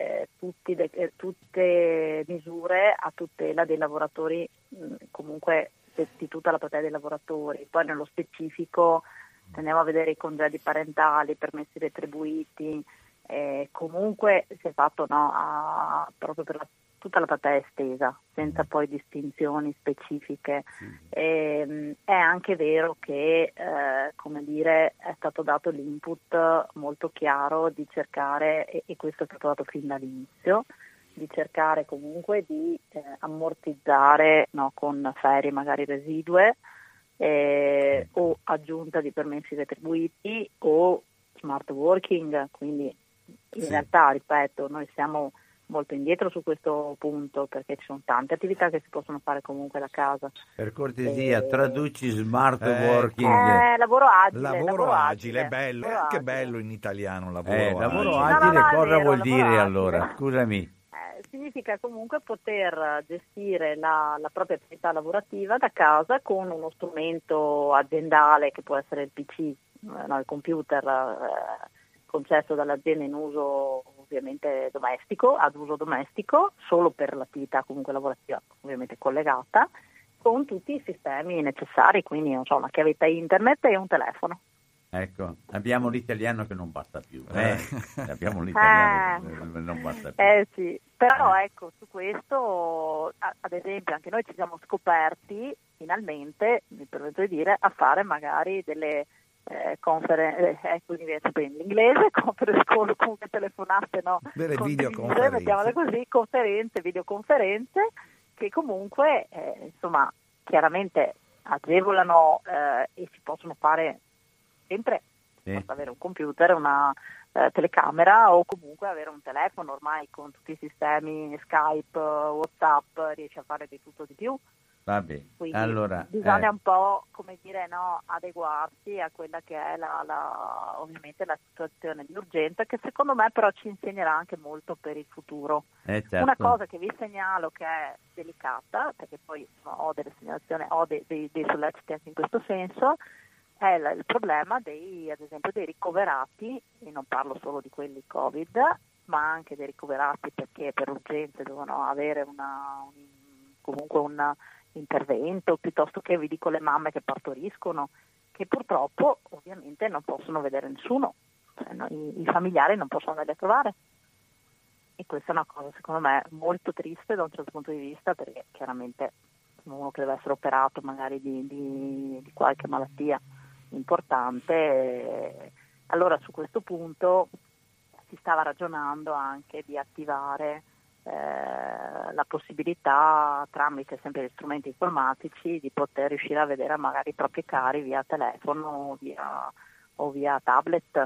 tutte misure a tutela dei lavoratori, comunque di tutta la platea dei lavoratori. Poi nello specifico andiamo a vedere i congedi parentali, permessi retribuiti, comunque si è fatto proprio per tutta la platea estesa, senza poi distinzioni specifiche. È anche vero che come dire, è stato dato l'input molto chiaro di cercare, e questo è stato dato fin dall'inizio, di cercare comunque di ammortizzare, con ferie magari residue, o aggiunta di permessi retribuiti o smart working. Quindi in realtà, ripeto, noi siamo molto indietro su questo punto, perché ci sono tante attività che si possono fare comunque da casa. Per cortesia, traduci smart working. Lavoro agile. Lavoro agile, è bello, è anche bello in italiano lavoro agile. Cosa vuol dire allora? Scusami. Significa comunque poter gestire la propria attività lavorativa da casa con uno strumento aziendale, che può essere il PC, il computer concesso dall'azienda in uso ovviamente domestico, ad uso domestico, solo per l'attività comunque lavorativa ovviamente collegata, con tutti i sistemi necessari, quindi non so, una chiavetta internet e un telefono. Ecco, abbiamo l'italiano che non basta più. Abbiamo l'italiano che non basta più. Sì, però ecco, su questo, ad esempio, anche noi ci siamo scoperti finalmente, mi permetto di dire, a fare magari delle quindi l'inglese, conference call, comunque telefonate, no? Delle videoconferenze, mettiamole così, videoconferenze, che comunque insomma chiaramente agevolano e si possono fare sempre, basta avere un computer, una telecamera o comunque avere un telefono. Ormai con tutti i sistemi Skype, WhatsApp riesci a fare di tutto di più. Va bene. Quindi Allora, bisogna un po', come dire, no, adeguarsi a quella che è ovviamente la situazione di urgenza, che secondo me però ci insegnerà anche molto per il futuro. certo. Una cosa che vi segnalo che è delicata, perché poi ho delle segnalazioni, ho dei solleciti anche in questo senso, è il problema ad esempio dei ricoverati, e non parlo solo di quelli Covid, ma anche dei ricoverati perché per urgenze devono avere comunque un intervento, piuttosto che, vi dico, le mamme che partoriscono, che purtroppo ovviamente non possono vedere nessuno, cioè, no, i familiari non possono andare a trovare, e questa è una cosa secondo me molto triste da un certo punto di vista, perché chiaramente uno che deve essere operato magari di qualche malattia importante, allora su questo punto si stava ragionando anche di attivare la possibilità, tramite sempre gli strumenti informatici, di poter riuscire a vedere magari i propri cari via telefono o via tablet,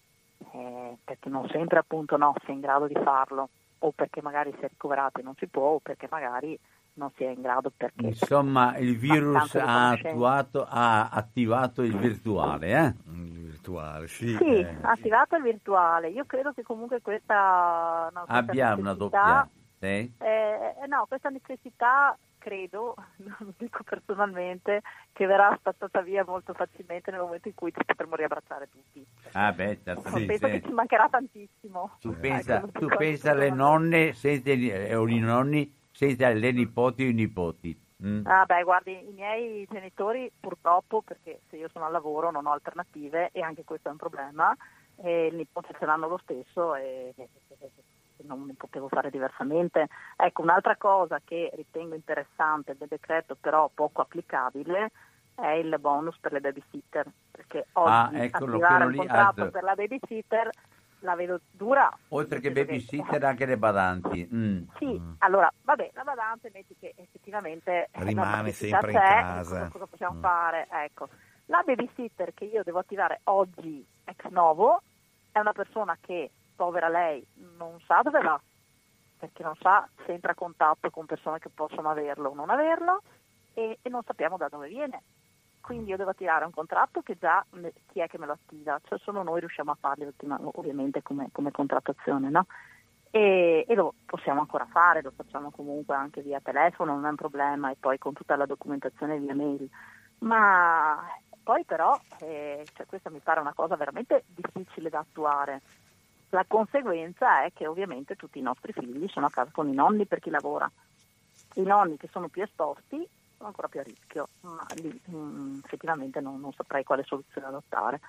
perché non sempre appunto si è in grado di farlo, o perché magari si è ricoverati e non si può, o perché magari non si è in grado perché... Insomma, il virus ha attivato il virtuale, Il virtuale, sì. Sì, ha attivato il virtuale. Io credo che comunque questa abbia una doppia... Sì? Questa necessità, credo, lo dico personalmente, che verrà spazzata via molto facilmente nel momento in cui ci potremo riabbracciare tutti. Certo, Penso che ci mancherà tantissimo. Tu pensa alle nonne o i nonni senza le nipoti o i nipoti. Guardi, i miei genitori purtroppo, perché se io sono al lavoro non ho alternative, e anche questo è un problema, e il nipote ce l'hanno lo stesso e non ne potevo fare diversamente. Ecco, un'altra cosa che ritengo interessante del decreto, però poco applicabile, è il bonus per le babysitter, perché oggi attivare un contratto per la babysitter la vedo dura. Oltre che babysitter anche le badanti. Sì, allora, vabbè, la badante metti che effettivamente rimane sempre in casa. Cosa possiamo fare? Ecco, la babysitter che io devo attivare oggi ex novo è una persona che, povera lei, non sa dove va, perché non sa se entra a contatto con persone che possono averlo o non averlo, e non sappiamo da dove viene. Quindi io devo attivare un contratto che già chi è che me lo attiva? Cioè solo noi riusciamo a farli ovviamente come contrattazione, no? E lo possiamo ancora fare, lo facciamo comunque anche via telefono, non è un problema, e poi con tutta la documentazione via mail. Ma poi però questa mi pare una cosa veramente difficile da attuare. La conseguenza è che ovviamente tutti i nostri figli sono a casa con i nonni, per chi lavora. I nonni che sono più esposti sono ancora più a rischio, ma lì effettivamente non saprei quale soluzione adottare.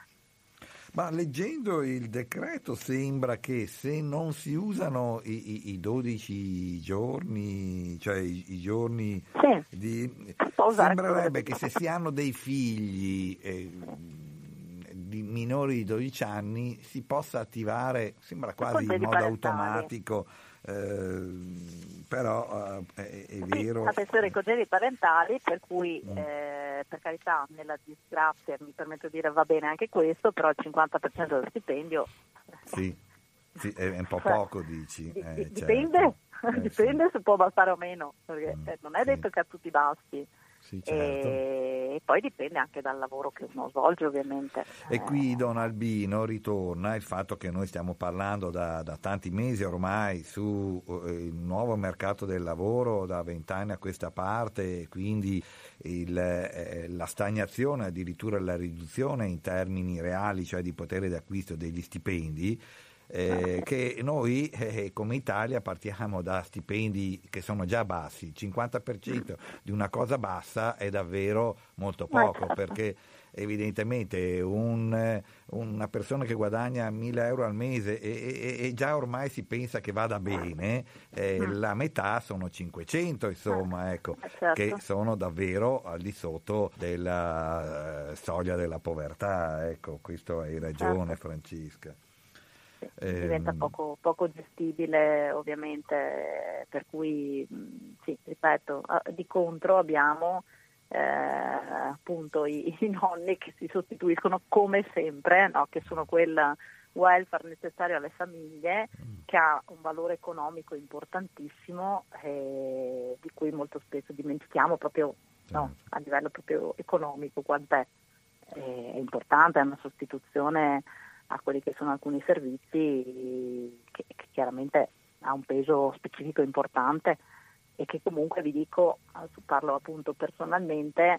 Ma leggendo il decreto sembra che se non si usano i 12 giorni, cioè i giorni sembrerebbe che se si hanno dei figli di minori di 12 anni si possa attivare, sembra quasi in modo automatico, però è vero. Attenzione ai congedi parentali, per cui per carità, nella disgrazia mi permetto di dire va bene anche questo, però il 50% dello stipendio sì, è un po' poco, dici. Dipende, dipende se può bastare o meno, perché non è detto che a tutti basti. Sì, certo. E poi dipende anche dal lavoro che uno svolge, ovviamente. E qui, Don Albino, ritorna il fatto che noi stiamo parlando da tanti mesi ormai su il nuovo mercato del lavoro, da 20 anni a questa parte, e quindi la stagnazione, addirittura la riduzione in termini reali, cioè di potere d'acquisto degli stipendi, che noi come Italia partiamo da stipendi che sono già bassi. Il 50% di una cosa bassa è davvero molto poco, perché evidentemente una persona che guadagna 1.000 euro al mese e già ormai si pensa che vada bene, la metà sono 500, insomma, ecco, certo. che sono davvero al di sotto della soglia della povertà, ecco, questo hai ragione, Certo. Francesca. Diventa poco gestibile, ovviamente, per cui sì, ripeto, di contro abbiamo appunto i nonni che si sostituiscono come sempre, no? Che sono quel welfare necessario alle famiglie, che ha un valore economico importantissimo, di cui molto spesso dimentichiamo proprio, no, a livello proprio economico quant'è. È importante, è una sostituzione a quelli che sono alcuni servizi che chiaramente ha un peso specifico importante e che comunque vi dico, parlo appunto personalmente,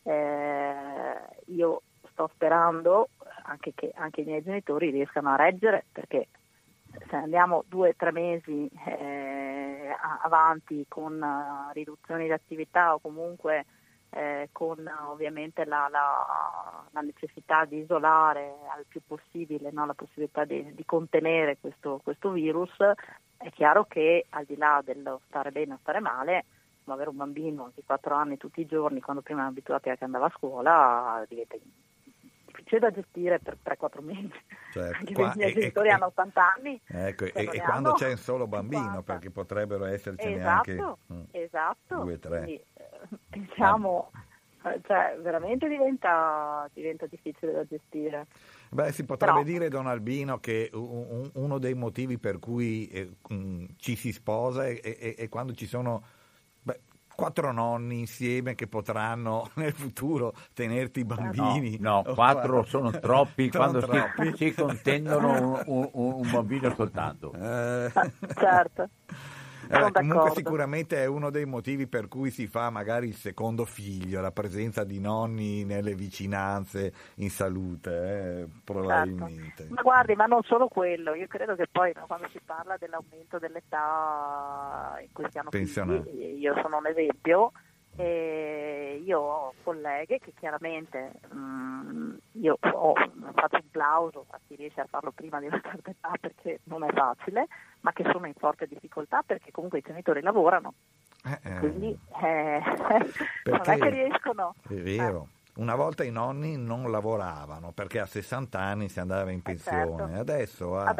io sto sperando che anche i miei genitori riescano a reggere, perché se andiamo 2 o 3 mesi avanti con riduzioni di attività o comunque con ovviamente la necessità di isolare al più possibile, no, la possibilità di contenere questo virus, è chiaro che al di là dello stare bene o stare male, avere un bambino di 4 anni tutti i giorni, quando prima erano abituati a che andava a scuola, diventa difficile da gestire per 3-4 mesi. Certo. Anche i miei genitori hanno 80 anni. Ecco, e quando c'è un solo bambino, 50. perché potrebbero essercene Esatto. anche 2 o 3. Quindi, pensiamo, cioè veramente diventa difficile da gestire. Beh, si potrebbe dire, Don Albino, che uno dei motivi per cui ci si sposa è quando ci sono 4 nonni insieme che potranno nel futuro tenerti i bambini. No, 4 sono troppi quando si contendono un bambino soltanto. Certo. Comunque sicuramente è uno dei motivi per cui si fa magari il secondo figlio, la presenza di nonni nelle vicinanze in salute, probabilmente. Certo. Ma guardi, ma non solo quello, io credo che poi quando si parla dell'aumento della in cui siamo figli, io sono un esempio, e io ho colleghe che chiaramente io faccio un plauso a chi riesce a farlo prima di una certa età, perché non è facile, ma che sono in forte difficoltà perché comunque i genitori lavorano, quindi non è che riescono. È vero. Una volta i nonni non lavoravano perché a 60 anni si andava in pensione, certo. adesso a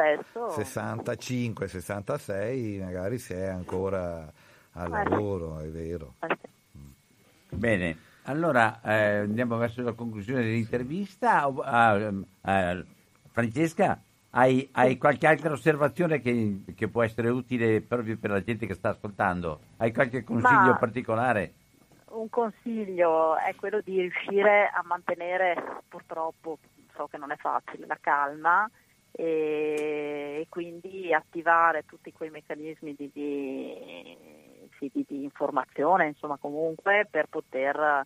65-66 magari si è ancora al lavoro, è vero. Bene, allora andiamo verso la conclusione dell'intervista. Francesca, hai qualche altra osservazione che può essere utile proprio per la gente che sta ascoltando? Hai qualche consiglio particolare? Un consiglio è quello di riuscire a mantenere, purtroppo so che non è facile, la calma e quindi attivare tutti quei meccanismi di informazione, insomma, comunque per poter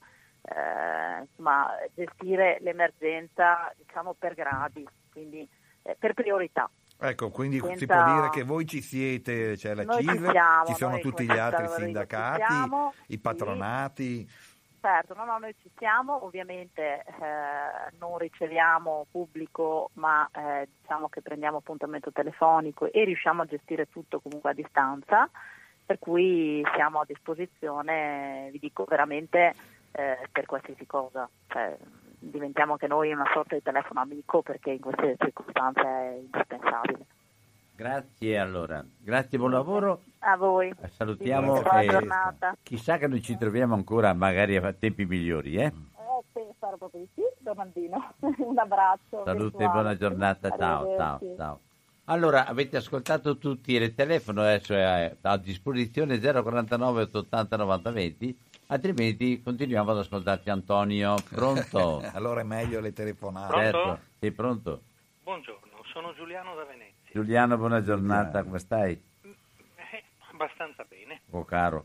gestire l'emergenza, diciamo, per gradi, quindi per priorità. Ecco, quindi si può dire che voi ci siete, c'è la CISL, ci sono tutti gli altri sindacati, i patronati. Certo, noi ci siamo, ovviamente non riceviamo pubblico, ma diciamo che prendiamo appuntamento telefonico e riusciamo a gestire tutto comunque a distanza, per cui siamo a disposizione, vi dico veramente, per qualsiasi cosa. Diventiamo anche noi una sorta di telefono amico, perché in queste circostanze è indispensabile. Grazie allora, grazie, buon lavoro. A voi. Salutiamo buona giornata. Chissà che noi ci troviamo ancora magari a tempi migliori, Spero proprio di sì, Don Albino. Un abbraccio. Salute e buona giornata, ciao. Allora, avete ascoltato tutti il telefono, adesso è a disposizione 049 880 90 20, altrimenti continuiamo ad ascoltarci. Antonio, pronto? Allora è meglio le telefonate. Certo, sei pronto? Buongiorno, sono Giuliano da Venezia. Giuliano, buona giornata, come stai? Abbastanza bene. Oh caro.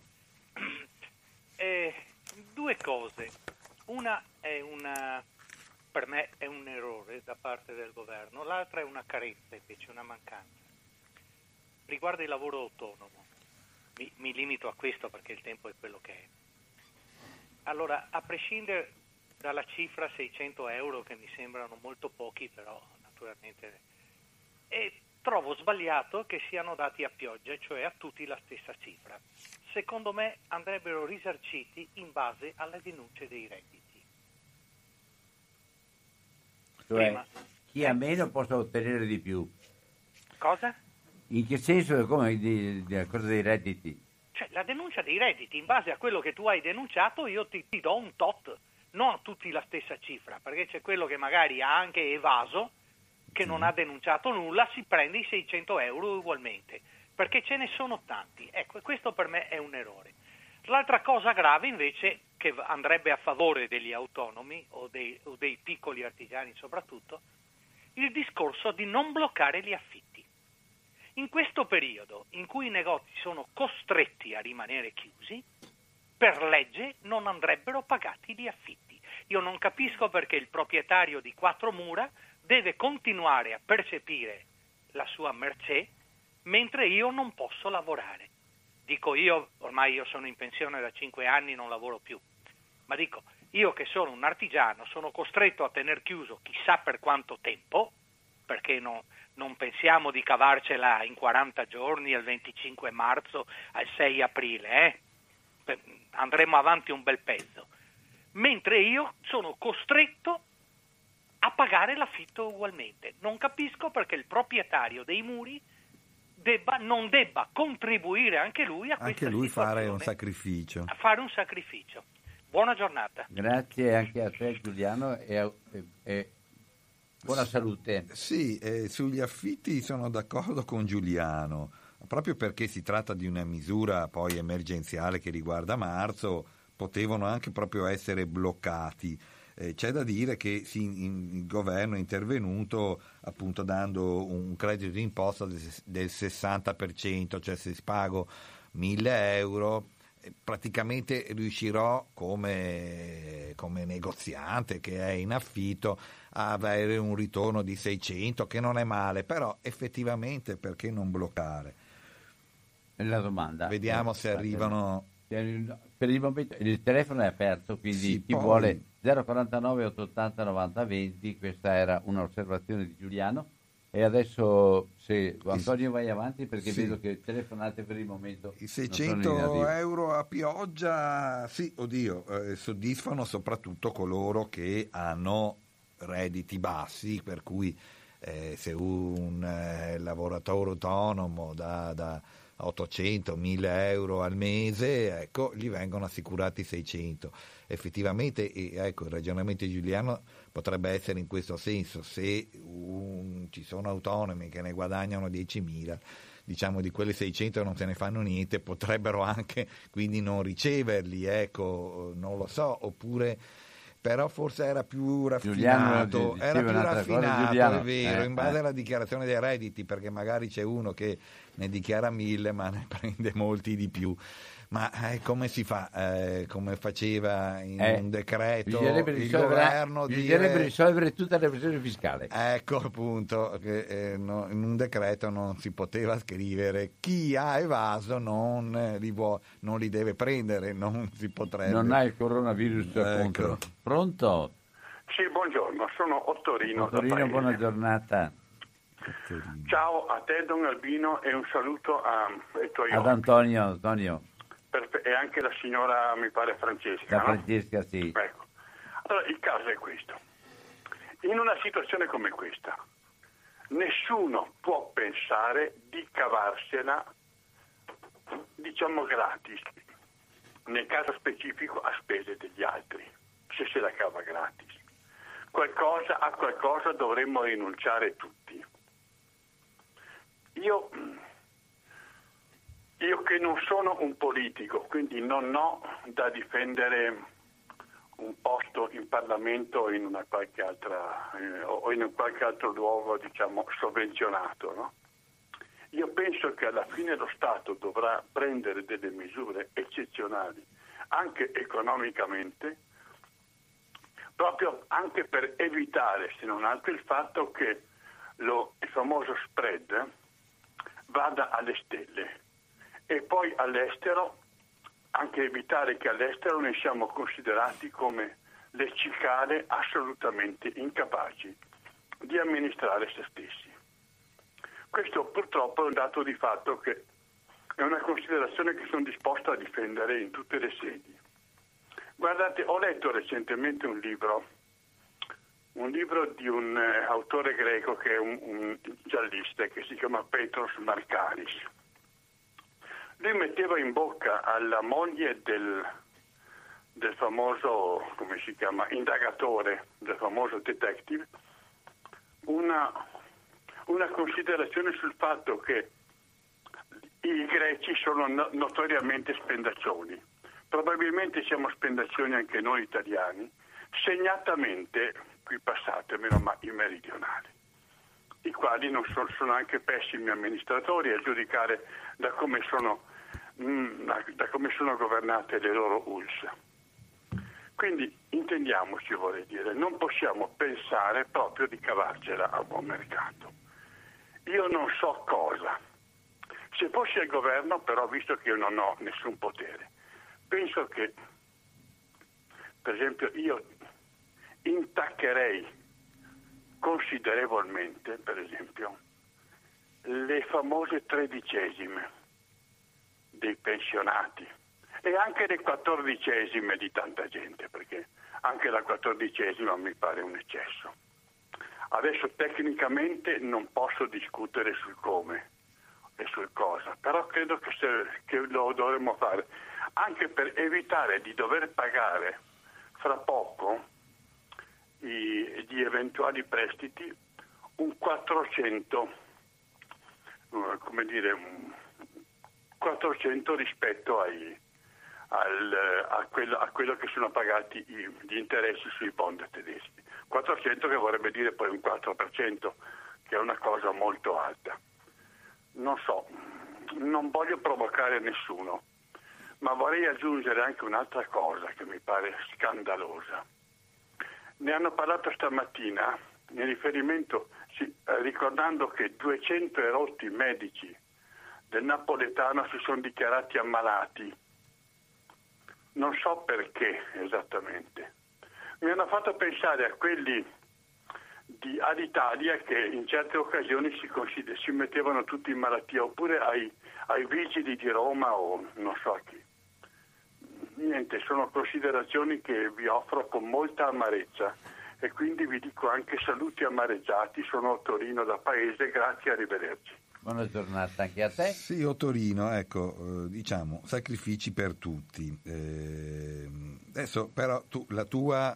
2 cose. Una è per me è un errore da parte del governo, l'altra è una carenza invece, una mancanza. Riguardo il lavoro autonomo, mi limito a questo perché il tempo è quello che è. Allora, a prescindere dalla cifra 600 euro, che mi sembrano molto pochi, però naturalmente, e trovo sbagliato che siano dati a pioggia, cioè a tutti la stessa cifra. Secondo me andrebbero risarciti in base alle denunce dei redditi. Cioè, chi ha meno possa ottenere di più. Cosa? In che senso? Come la cosa dei redditi? Cioè, la denuncia dei redditi, in base a quello che tu hai denunciato, io ti do un tot, non a tutti la stessa cifra, perché c'è quello che magari ha anche evaso, che non ha denunciato nulla, si prende i 600 euro ugualmente, perché ce ne sono tanti. Ecco, e questo per me è un errore. L'altra cosa grave invece, che andrebbe a favore degli autonomi o dei piccoli artigiani soprattutto, il discorso di non bloccare gli affitti. In questo periodo in cui i negozi sono costretti a rimanere chiusi, per legge non andrebbero pagati gli affitti. Io non capisco perché il proprietario di 4 mura deve continuare a percepire la sua mercé mentre io non posso lavorare. Dico io, ormai io sono in pensione da 5 anni, non lavoro più, ma dico, io che sono un artigiano sono costretto a tener chiuso chissà per quanto tempo, perché non pensiamo di cavarcela in 40 giorni, al 25 marzo, al 6 aprile, andremo avanti un bel pezzo, mentre io sono costretto a pagare l'affitto ugualmente. Non capisco perché il proprietario dei muri non debba contribuire anche lui a questa situazione. Fare un sacrificio. A fare un sacrificio. Buona giornata. Grazie anche a te, Giuliano, e buona salute. Sì, sugli affitti sono d'accordo con Giuliano, proprio perché si tratta di una misura poi emergenziale che riguarda marzo, potevano anche proprio essere bloccati. C'è da dire che il governo è intervenuto appunto dando un credito d'imposta del 60%, cioè se pago 1.000 euro praticamente riuscirò come negoziante che è in affitto a avere un ritorno di 600, che non è male, però effettivamente perché non bloccare? La domanda. Vediamo se arrivano. Per il momento il telefono è aperto, quindi sì, chi vuole 049 880 90 20, questa era un'osservazione di Giuliano. E adesso se Antonio vai avanti, perché vedo che telefonate per il momento. I 600 euro a pioggia, sì, soddisfano soprattutto coloro che hanno redditi bassi, per cui se un lavoratore autonomo da 800-1.000 euro al mese, ecco, gli vengono assicurati 600. Effettivamente, ecco, il ragionamento di Giuliano potrebbe essere in questo senso: se ci sono autonomi che ne guadagnano 10.000, diciamo di quelle 600 non se ne fanno niente, potrebbero anche quindi non riceverli, ecco, non lo so, oppure però forse era più raffinato, Giuliano, è vero, in base alla dichiarazione dei redditi, perché magari c'è uno che ne dichiara 1.000 ma ne prende molti di più. Ma come si fa? Come faceva in un decreto il governo? Bisognerebbe risolvere tutta la pressione fiscale. Ecco appunto, che in un decreto non si poteva scrivere chi ha evaso non li deve prendere, non si potrebbe. Non ha il coronavirus contro. Pronto? Sì, buongiorno, sono Ottorino. Ottorino, buona giornata. Ciao a te Don Albino e un saluto ai tuoi ad Antonio. E anche la signora, mi pare, Francesca. La Francesca, no? Sì. Ecco. Allora, il caso è questo. In una situazione come questa, nessuno può pensare di cavarsela, diciamo, gratis, nel caso specifico a spese degli altri, se la cava gratis. A qualcosa dovremmo rinunciare tutti. Io che non sono un politico, quindi non ho da difendere un posto in Parlamento o in una qualche altra o in un qualche altro luogo, diciamo, sovvenzionato, no? Io penso che alla fine lo Stato dovrà prendere delle misure eccezionali, anche economicamente, proprio anche per evitare, se non altro, il fatto che il famoso spread vada alle stelle. E poi all'estero, anche evitare che all'estero noi siamo considerati come le cicale assolutamente incapaci di amministrare se stessi. Questo purtroppo è un dato di fatto che è una considerazione che sono disposto a difendere in tutte le sedi. Guardate, ho letto recentemente un libro di un autore greco che è un giallista che si chiama Petros Markaris. Lui metteva in bocca alla moglie del famoso, come si chiama, indagatore, del famoso detective, una considerazione sul fatto che i greci sono notoriamente spendaccioni. Probabilmente siamo spendaccioni anche noi italiani, segnatamente, qui passatemelo, ma i meridionali, i quali non sono anche pessimi amministratori a giudicare da come sono governate le loro ULSS. Quindi intendiamoci, vorrei dire, non possiamo pensare proprio di cavarcela a buon mercato. Io non so cosa. Se fossi al governo, però, visto che io non ho nessun potere, penso che, per esempio, io intaccherei considerevolmente, per esempio, le famose 13esime dei pensionati e anche le 14esime di tanta gente, perché anche la 14esima mi pare un eccesso. Adesso tecnicamente non posso discutere sul come e sul cosa, però credo che lo dovremmo fare anche per evitare di dover pagare fra poco di eventuali prestiti un 400, come dire, 400 rispetto a quello che sono pagati gli interessi sui bond tedeschi. 400 che vorrebbe dire poi un 4%, che è una cosa molto alta. Non so, non voglio provocare nessuno, ma vorrei aggiungere anche un'altra cosa che mi pare scandalosa. Ne hanno parlato stamattina in riferimento, ricordando che 200 erotti medici del napoletano si sono dichiarati ammalati. Non so perché esattamente. Mi hanno fatto pensare a quelli di Alitalia che in certe occasioni si mettevano tutti in malattia, oppure ai vigili di Roma o non so chi. Niente, sono considerazioni che vi offro con molta amarezza e quindi vi dico anche saluti amareggiati. Sono Torino da Paese, grazie, arrivederci. Buona giornata anche a te. Sì, Torino, ecco, diciamo, sacrifici per tutti. Adesso però la tua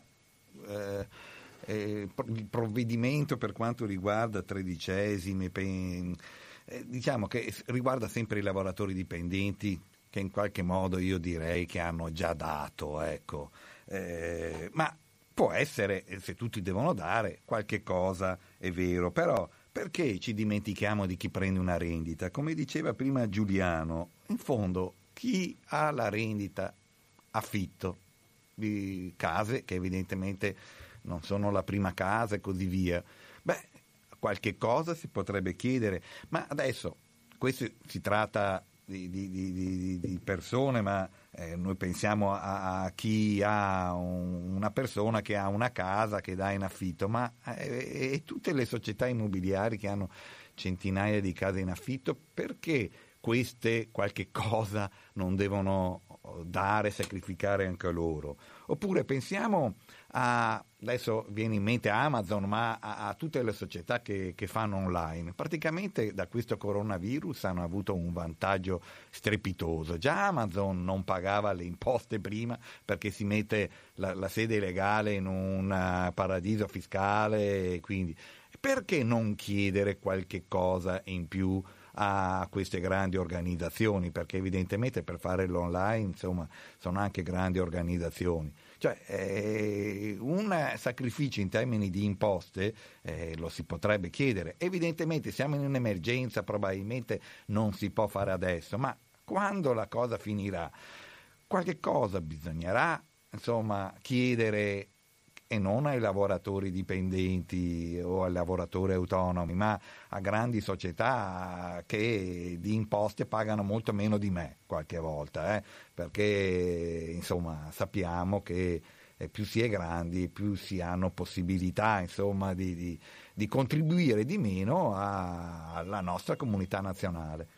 il provvedimento per quanto riguarda tredicesime, diciamo che riguarda sempre i lavoratori dipendenti, che in qualche modo io direi che hanno già dato, ecco, ma può essere, se tutti devono dare qualche cosa, è vero, però perché ci dimentichiamo di chi prende una rendita? Come diceva prima Giuliano, in fondo chi ha la rendita affitto di case che evidentemente non sono la prima casa e così via, qualche cosa si potrebbe chiedere, ma adesso questo si tratta di persone, ma noi pensiamo a chi ha una persona che ha una casa che dà in affitto, ma e tutte le società immobiliari che hanno centinaia di case in affitto, perché queste qualche cosa non devono dare, sacrificare anche loro? Oppure pensiamo adesso viene in mente Amazon, ma a tutte le società che fanno online. Praticamente da questo coronavirus hanno avuto un vantaggio strepitoso. Già Amazon non pagava le imposte prima perché si mette la sede legale in un paradiso fiscale, quindi perché non chiedere qualche cosa in più a queste grandi organizzazioni? Perché evidentemente per fare l'online, insomma, sono anche grandi organizzazioni. Cioè un sacrificio in termini di imposte lo si potrebbe chiedere. Evidentemente siamo in un'emergenza, probabilmente non si può fare adesso, ma quando la cosa finirà qualche cosa bisognerà, insomma, chiedere, e non ai lavoratori dipendenti o ai lavoratori autonomi, ma a grandi società che di imposte pagano molto meno di me qualche volta, perché insomma sappiamo che più si è grandi, più si hanno possibilità, insomma, di contribuire di meno alla nostra comunità nazionale.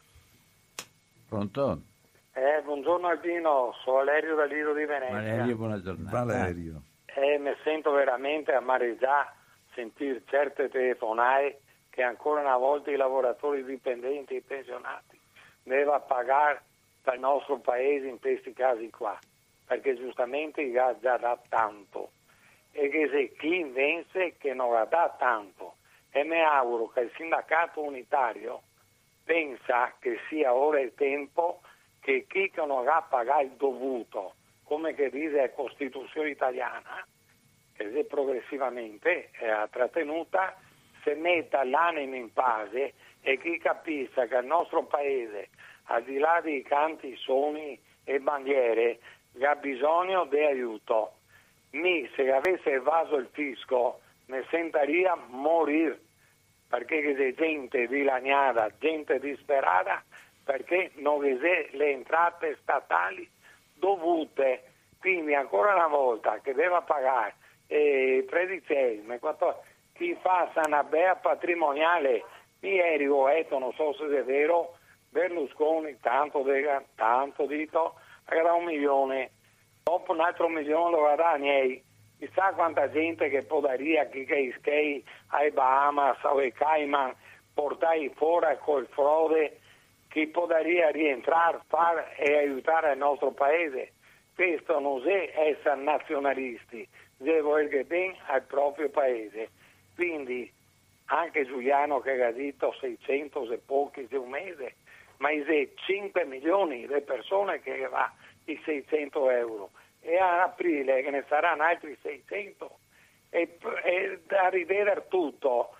Pronto? Buongiorno Albino, sono Valerio da Lido di Venezia. Valerio, buona giornata. Valerio. Mi sento veramente amareggiato sentire certe telefonate che ancora una volta i lavoratori dipendenti e i pensionati devono pagare dal nostro paese in questi casi qua, perché giustamente il gas già dà tanto e che se chi vence che non dà tanto, e mi auguro che il sindacato unitario pensa che sia ora il tempo che chi non ha pagato il dovuto, come che dice la Costituzione italiana, che se progressivamente è trattenuta, se metta l'anima in pace e chi capisca che il nostro paese, al di là dei canti, suoni e bandiere, ha bisogno di aiuto. Se avesse evaso il fisco, ne sentiria morire, perché c'è gente dilaniata, gente disperata, perché non c'è le entrate statali dovute. Quindi ancora una volta che deve pagare 13esime, 14, chi fa sanabea patrimoniale, ieri ho detto, non so se è vero, Berlusconi tanto dito, avrà 1 milione, dopo un altro milione lo avrà niente. Chissà quanta gente che podaria chi che ischei ai Bahamas o ai Cayman portai fuori col frode, chi podaria rientrare, fare e aiutare il nostro paese. Questo non è essere nazionalisti, deve volere bene al proprio paese. Quindi anche Giuliano che ha detto 600 e pochi di un mese, ma c'è 5 milioni di persone che va i 600 euro e a aprile che ne saranno altri 600 e da rivedere tutto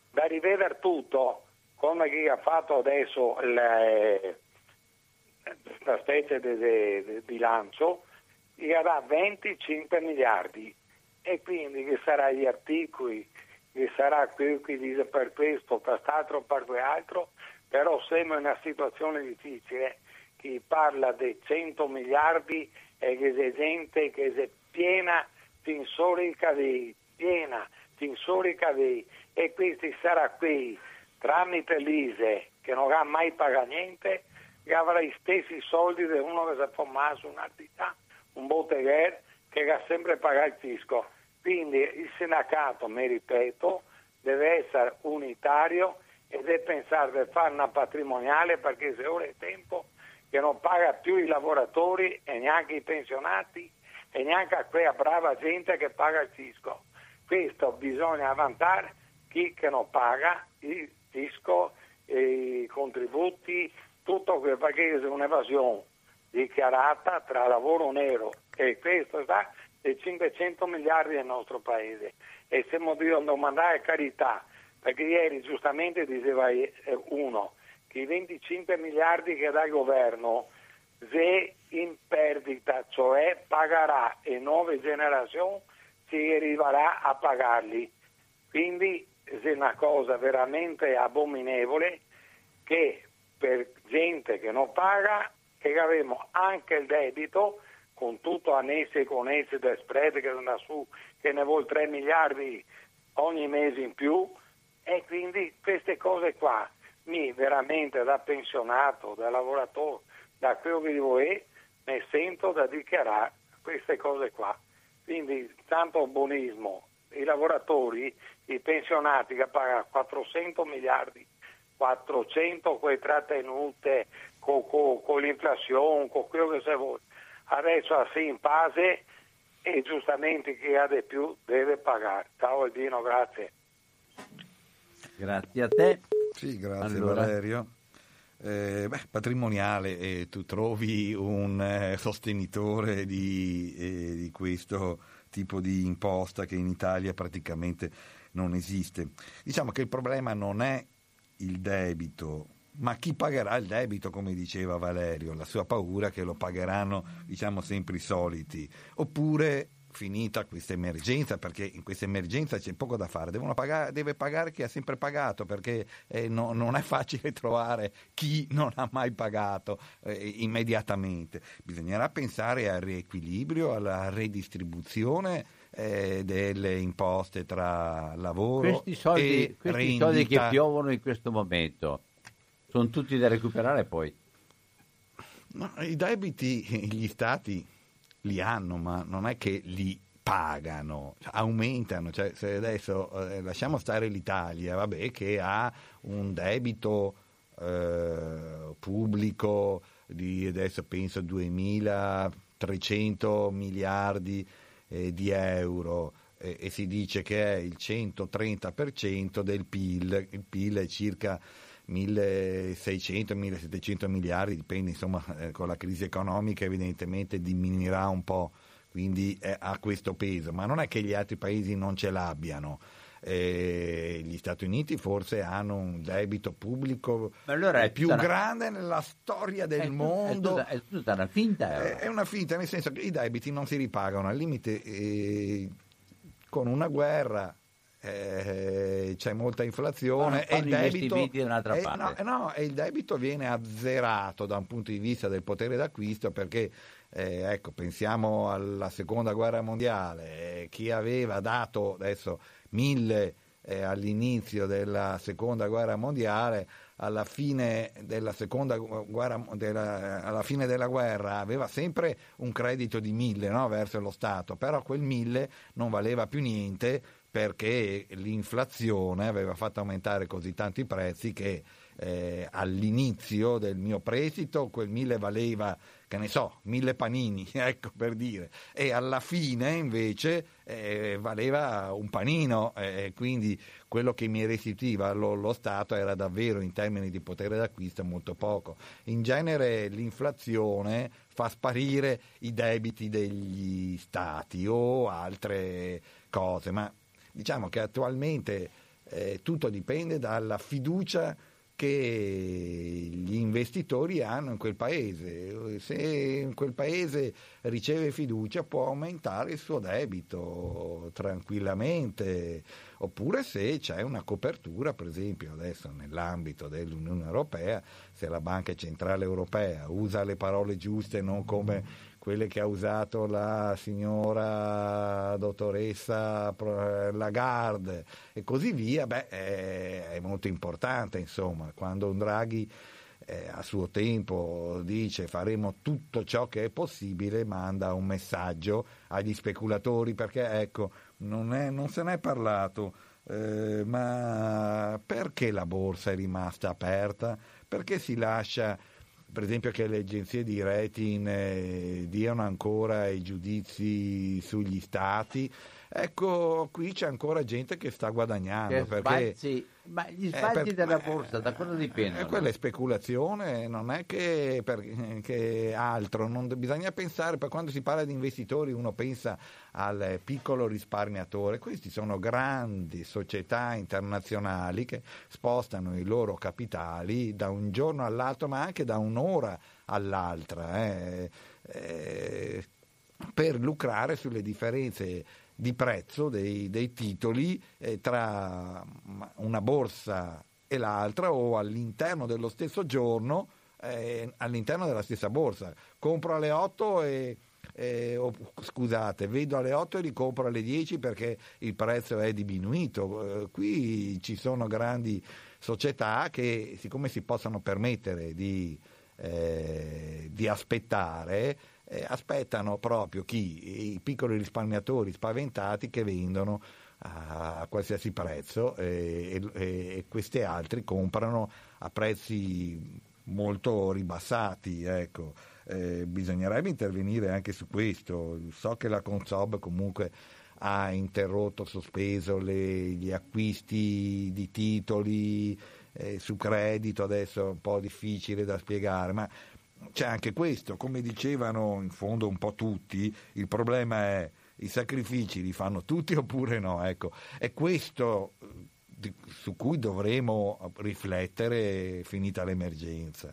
come chi ha fatto adesso la specie di bilancio, gli darà 25 miliardi e quindi che sarà gli articoli, che sarà qui che dice per questo, per quest'altro, per quell'altro, però sembra una situazione difficile. Chi parla di 100 miliardi e che c'è gente che è piena fin solo i cavi, e questi sarà qui tramite l'ISE che non ha mai pagato niente, che avrà gli stessi soldi di uno che si è formato un'attività, un botteghier che ha sempre pagato il fisco. Quindi il sindacato, mi ripeto, deve essere unitario e deve pensare di fare una patrimoniale, perché se ora è tempo che non paga più i lavoratori e neanche i pensionati e neanche a quella brava gente che paga il fisco. Questo bisogna vantare chi che non paga il fisco, i contributi, tutto quello, perché è un'evasione dichiarata tra lavoro nero e questo sta e 500 miliardi nel nostro paese. E stiamo domandare carità, perché ieri giustamente diceva uno che i 25 miliardi che dà il governo, se in perdita, cioè pagherà e nuove generazioni si arriverà a pagarli. Quindi è una cosa veramente abominevole che per gente che non paga, che avremo anche il debito con tutto annessi e connessi del spread che andrà su, che ne vuol 3 miliardi ogni mese in più, e quindi queste cose qua mi veramente da pensionato, da lavoratore, da quello che devo ne sento da dichiarare queste cose qua. Quindi tanto buonismo, i lavoratori, i pensionati che pagano 400 miliardi, 400 con le trattenute, con l'inflazione, con quello che si vuole. Adesso sì in pace e giustamente chi ha di più deve pagare. Ciao Albino, grazie. Grazie a te. Sì, grazie allora. Valerio. Patrimoniale, tu trovi un sostenitore di questo tipo di imposta che in Italia praticamente non esiste. Diciamo che il problema non è il debito, ma chi pagherà il debito, come diceva Valerio, la sua paura che lo pagheranno, diciamo, sempre i soliti, oppure finita questa emergenza, perché in questa emergenza c'è poco da fare, deve pagare chi ha sempre pagato, perché non è facile trovare chi non ha mai pagato immediatamente. Bisognerà pensare al riequilibrio, alla redistribuzione delle imposte tra lavoro questi soldi che piovono in questo momento sono tutti da recuperare poi? No, i debiti gli stati li hanno, ma non è che li pagano, aumentano. Cioè, se adesso lasciamo stare l'Italia, vabbè, che ha un debito pubblico di, adesso penso, 2.300 miliardi di euro, e si dice che è il 130% del PIL. Il PIL è circa 1.600-1.700 miliardi, dipende, insomma, con la crisi economica evidentemente diminuirà un po', quindi ha questo peso, ma non è che gli altri paesi non ce l'abbiano. Gli Stati Uniti forse hanno un debito pubblico più grande nella storia del mondo. È tutta una finta. È una finta, nel senso che i debiti non si ripagano, al limite con una guerra c'è molta inflazione e il debito e il debito viene azzerato da un punto di vista del potere d'acquisto, perché ecco, pensiamo alla seconda guerra mondiale, chi aveva dato adesso 1.000 all'inizio della seconda guerra mondiale, alla fine della guerra aveva sempre un credito di 1.000, no, verso lo Stato, però quel 1.000 non valeva più niente, perché l'inflazione aveva fatto aumentare così tanto i prezzi che all'inizio del mio prestito quel 1.000 valeva, che ne so, 1.000 panini, ecco, per dire, e alla fine invece valeva un panino, quindi quello che mi restituiva lo Stato era davvero, in termini di potere d'acquisto, molto poco. In genere l'inflazione fa sparire i debiti degli stati o altre cose, ma diciamo che attualmente tutto dipende dalla fiducia che gli investitori hanno in quel paese. Se in quel paese riceve fiducia, può aumentare il suo debito tranquillamente, oppure se c'è una copertura, per esempio adesso nell'ambito dell'Unione Europea, se la Banca Centrale Europea usa le parole giuste, non come quelle che ha usato la signora dottoressa Lagarde e così via, è molto importante, insomma, quando un Draghi a suo tempo dice faremo tutto ciò che è possibile, manda un messaggio agli speculatori, perché ecco, non se ne è parlato, ma perché la borsa è rimasta aperta? Perché si lascia, per esempio, che le agenzie di rating diano ancora i giudizi sugli stati? Ecco, qui c'è ancora gente che sta guadagnando. Ma gli sbalzi della borsa da cosa dipendono? Quella è speculazione, non è che altro. Non bisogna pensare, per quando si parla di investitori uno pensa al piccolo risparmiatore. Questi sono grandi società internazionali che spostano i loro capitali da un giorno all'altro, ma anche da un'ora all'altra, per lucrare sulle differenze di prezzo dei titoli tra una borsa e l'altra, o all'interno dello stesso giorno, all'interno della stessa borsa. Compro alle 8 vedo alle 8 e ricompro alle 10 perché il prezzo è diminuito. Qui ci sono grandi società che, siccome si possono permettere di aspettare, aspettano proprio i piccoli risparmiatori spaventati che vendono a qualsiasi prezzo, e questi altri comprano a prezzi molto ribassati, ecco. Bisognerebbe intervenire anche su questo. So che la Consob comunque ha interrotto, sospeso gli acquisti di titoli su credito, adesso è un po' difficile da spiegare, ma c'è anche questo, come dicevano in fondo un po' tutti, il problema è: i sacrifici li fanno tutti oppure no? Ecco, è questo su cui dovremo riflettere finita l'emergenza.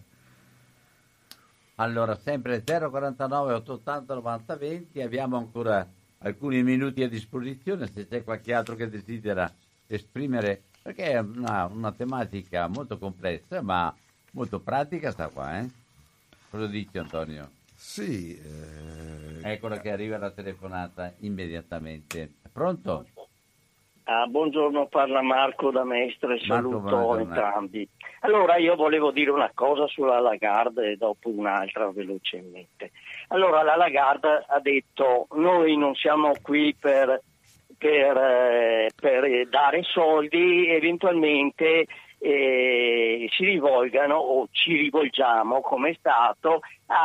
Allora, sempre 049 880 90 20, abbiamo ancora alcuni minuti a disposizione se c'è qualche altro che desidera esprimere, perché è una tematica molto complessa ma molto pratica sta qua, eh? Cosa dici, Antonio? Sì. Eccola che arriva la telefonata immediatamente. Pronto? Buongiorno, parla Marco da Mestre, saluto entrambi. Allora, io volevo dire una cosa sulla Lagarde e dopo un'altra velocemente. Allora, la Lagarde ha detto: noi non siamo qui per dare soldi, eventualmente si rivolgano o ci rivolgiamo come Stato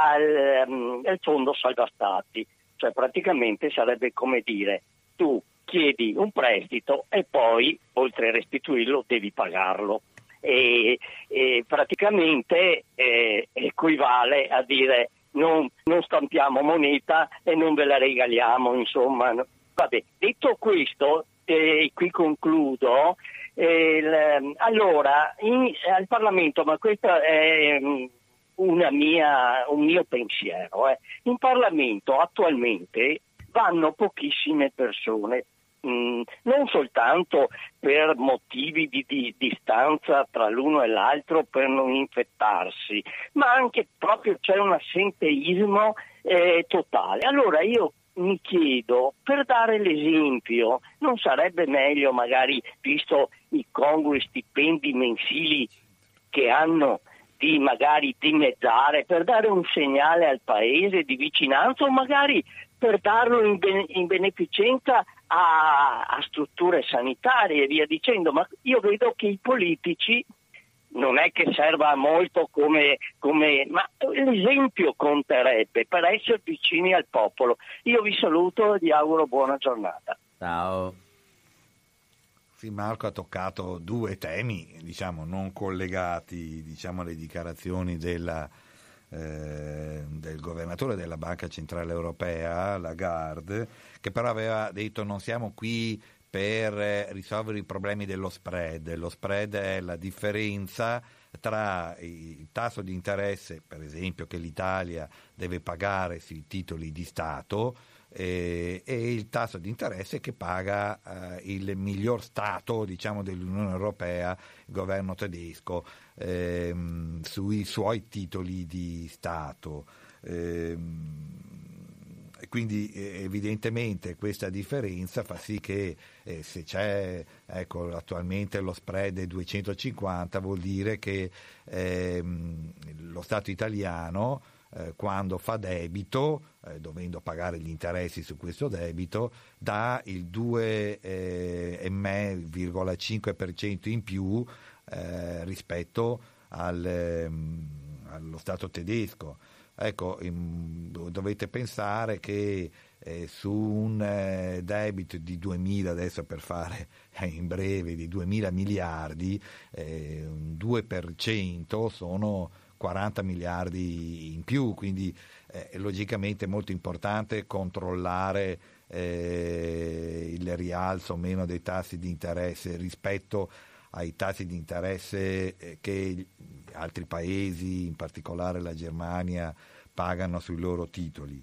al fondo salva stati, cioè praticamente sarebbe come dire: tu chiedi un prestito e poi oltre a restituirlo devi pagarlo, e praticamente equivale a dire non stampiamo moneta e non ve la regaliamo, insomma. Vabbè, detto questo, qui concludo. Allora, al Parlamento, ma questo è un mio pensiero, in Parlamento attualmente vanno pochissime persone, non soltanto per motivi di distanza tra l'uno e l'altro per non infettarsi, ma anche proprio c'è un assenteismo totale. Allora io mi chiedo, per dare l'esempio, non sarebbe meglio, magari visto i congrui stipendi mensili che hanno, di magari dimezzare per dare un segnale al paese di vicinanza, o magari per darlo in beneficenza a strutture sanitarie e via dicendo? Ma io vedo che i politici non è che serva molto ma l'esempio conterebbe per essere vicini al popolo. Io vi saluto e vi auguro buona giornata. Ciao. Sì, Marco ha toccato due temi, diciamo, non collegati, diciamo, alle dichiarazioni del governatore della Banca Centrale Europea, Lagarde, che però aveva detto: non siamo qui per risolvere i problemi dello spread. Lo spread è la differenza tra il tasso di interesse, per esempio, che l'Italia deve pagare sui titoli di Stato e il tasso di interesse che paga il miglior Stato, diciamo, dell'Unione Europea, il governo tedesco, sui suoi titoli di Stato. Quindi evidentemente questa differenza fa sì che se c'è, ecco, attualmente lo spread è 250, vuol dire che lo Stato italiano quando fa debito, dovendo pagare gli interessi su questo debito, dà il 2,5% in più rispetto allo Stato tedesco. Ecco, dovete pensare che su un debito di 2.000, adesso per fare in breve, di 2.000 miliardi, un 2% sono 40 miliardi in più, quindi logicamente è molto importante controllare il rialzo o meno dei tassi di interesse rispetto ai tassi di interesse che altri paesi, in particolare la Germania, pagano sui loro titoli.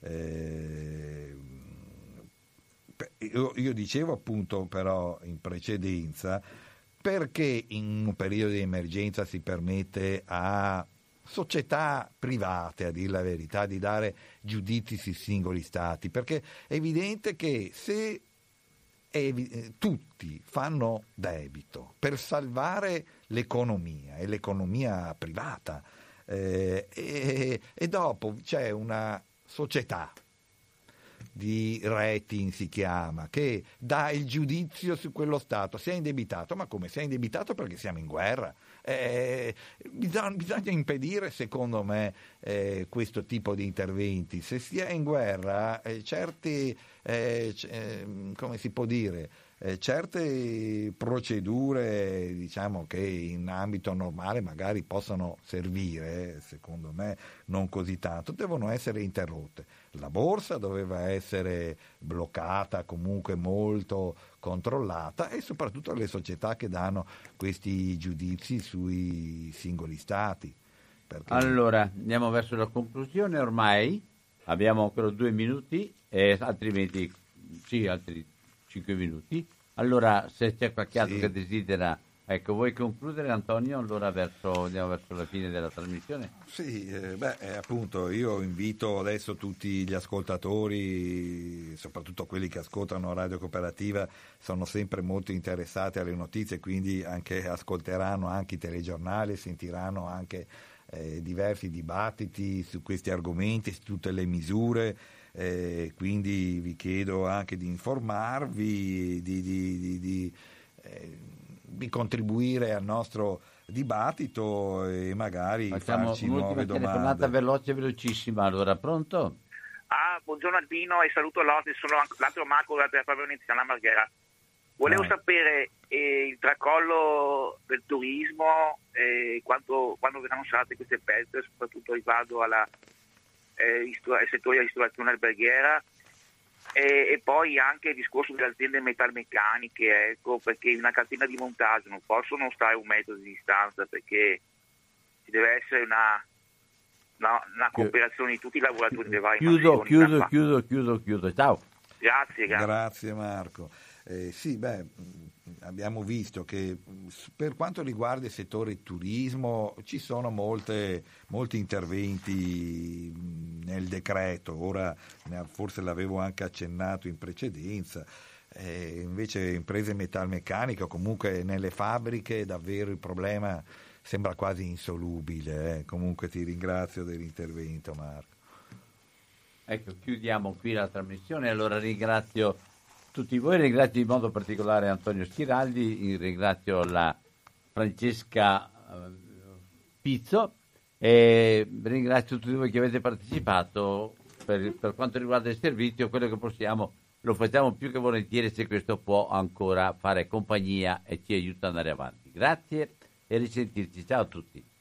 Io dicevo appunto però in precedenza, perché in un periodo di emergenza si permette a società private, a dir la verità, di dare giudizi sui singoli stati? Perché è evidente che se tutti fanno debito per salvare l'economia e l'economia privata e dopo c'è una società di rating, si chiama, che dà il giudizio su quello Stato. Si è indebitato, ma come? Si è indebitato perché siamo in guerra. Bisogna impedire, secondo me, questo tipo di interventi. Se si è in guerra, come si può dire, certe procedure, diciamo, che in ambito normale magari possono servire, secondo me non così tanto, devono essere interrotte. La borsa doveva essere bloccata, comunque molto controllata, e soprattutto le società che danno questi giudizi sui singoli stati. Perché... Allora, andiamo verso la conclusione ormai, abbiamo ancora 2 minuti, altrimenti sì, altri 5 minuti. Allora, se c'è qualche altro Sì. che desidera, ecco, vuoi concludere, Antonio? Allora andiamo verso la fine della trasmissione. Sì, appunto io invito adesso tutti gli ascoltatori, soprattutto quelli che ascoltano Radio Cooperativa, sono sempre molto interessati alle notizie, quindi anche ascolteranno anche i telegiornali, sentiranno anche diversi dibattiti su questi argomenti, su tutte le misure. Quindi vi chiedo anche di informarvi, di contribuire al nostro dibattito e magari Facciamo farci un'ultima nuove telefonata domande. velocissima. Allora, pronto? Buongiorno Albino e saluto l'ospite, sono l'altro Marco della Fabio Veneziana Marghera. Volevo sapere il tracollo del turismo, quando verranno usate queste pezze, soprattutto riguardo al settore di ristorazione alberghiera, e poi anche il discorso delle aziende metalmeccaniche, ecco, perché in una catena di montaggio non possono stare un metro di distanza, perché ci deve essere una cooperazione di tutti i lavoratori delle varie Chiudo. Ciao. Grazie. Marco. Sì, abbiamo visto che per quanto riguarda il settore turismo ci sono molti interventi nel decreto, ora forse l'avevo anche accennato in precedenza. Invece imprese metalmeccaniche o comunque nelle fabbriche davvero il problema sembra quasi insolubile. Comunque ti ringrazio dell'intervento, Marco. Ecco, chiudiamo qui la trasmissione. Allora ringrazio tutti voi, ringrazio in modo particolare Antonio Schiraldi, ringrazio la Francesca Pizzo e ringrazio tutti voi che avete partecipato. Per quanto riguarda il servizio, quello che possiamo lo facciamo più che volentieri, se questo può ancora fare compagnia e ci aiuta ad andare avanti. Grazie e risentirci. Ciao a tutti.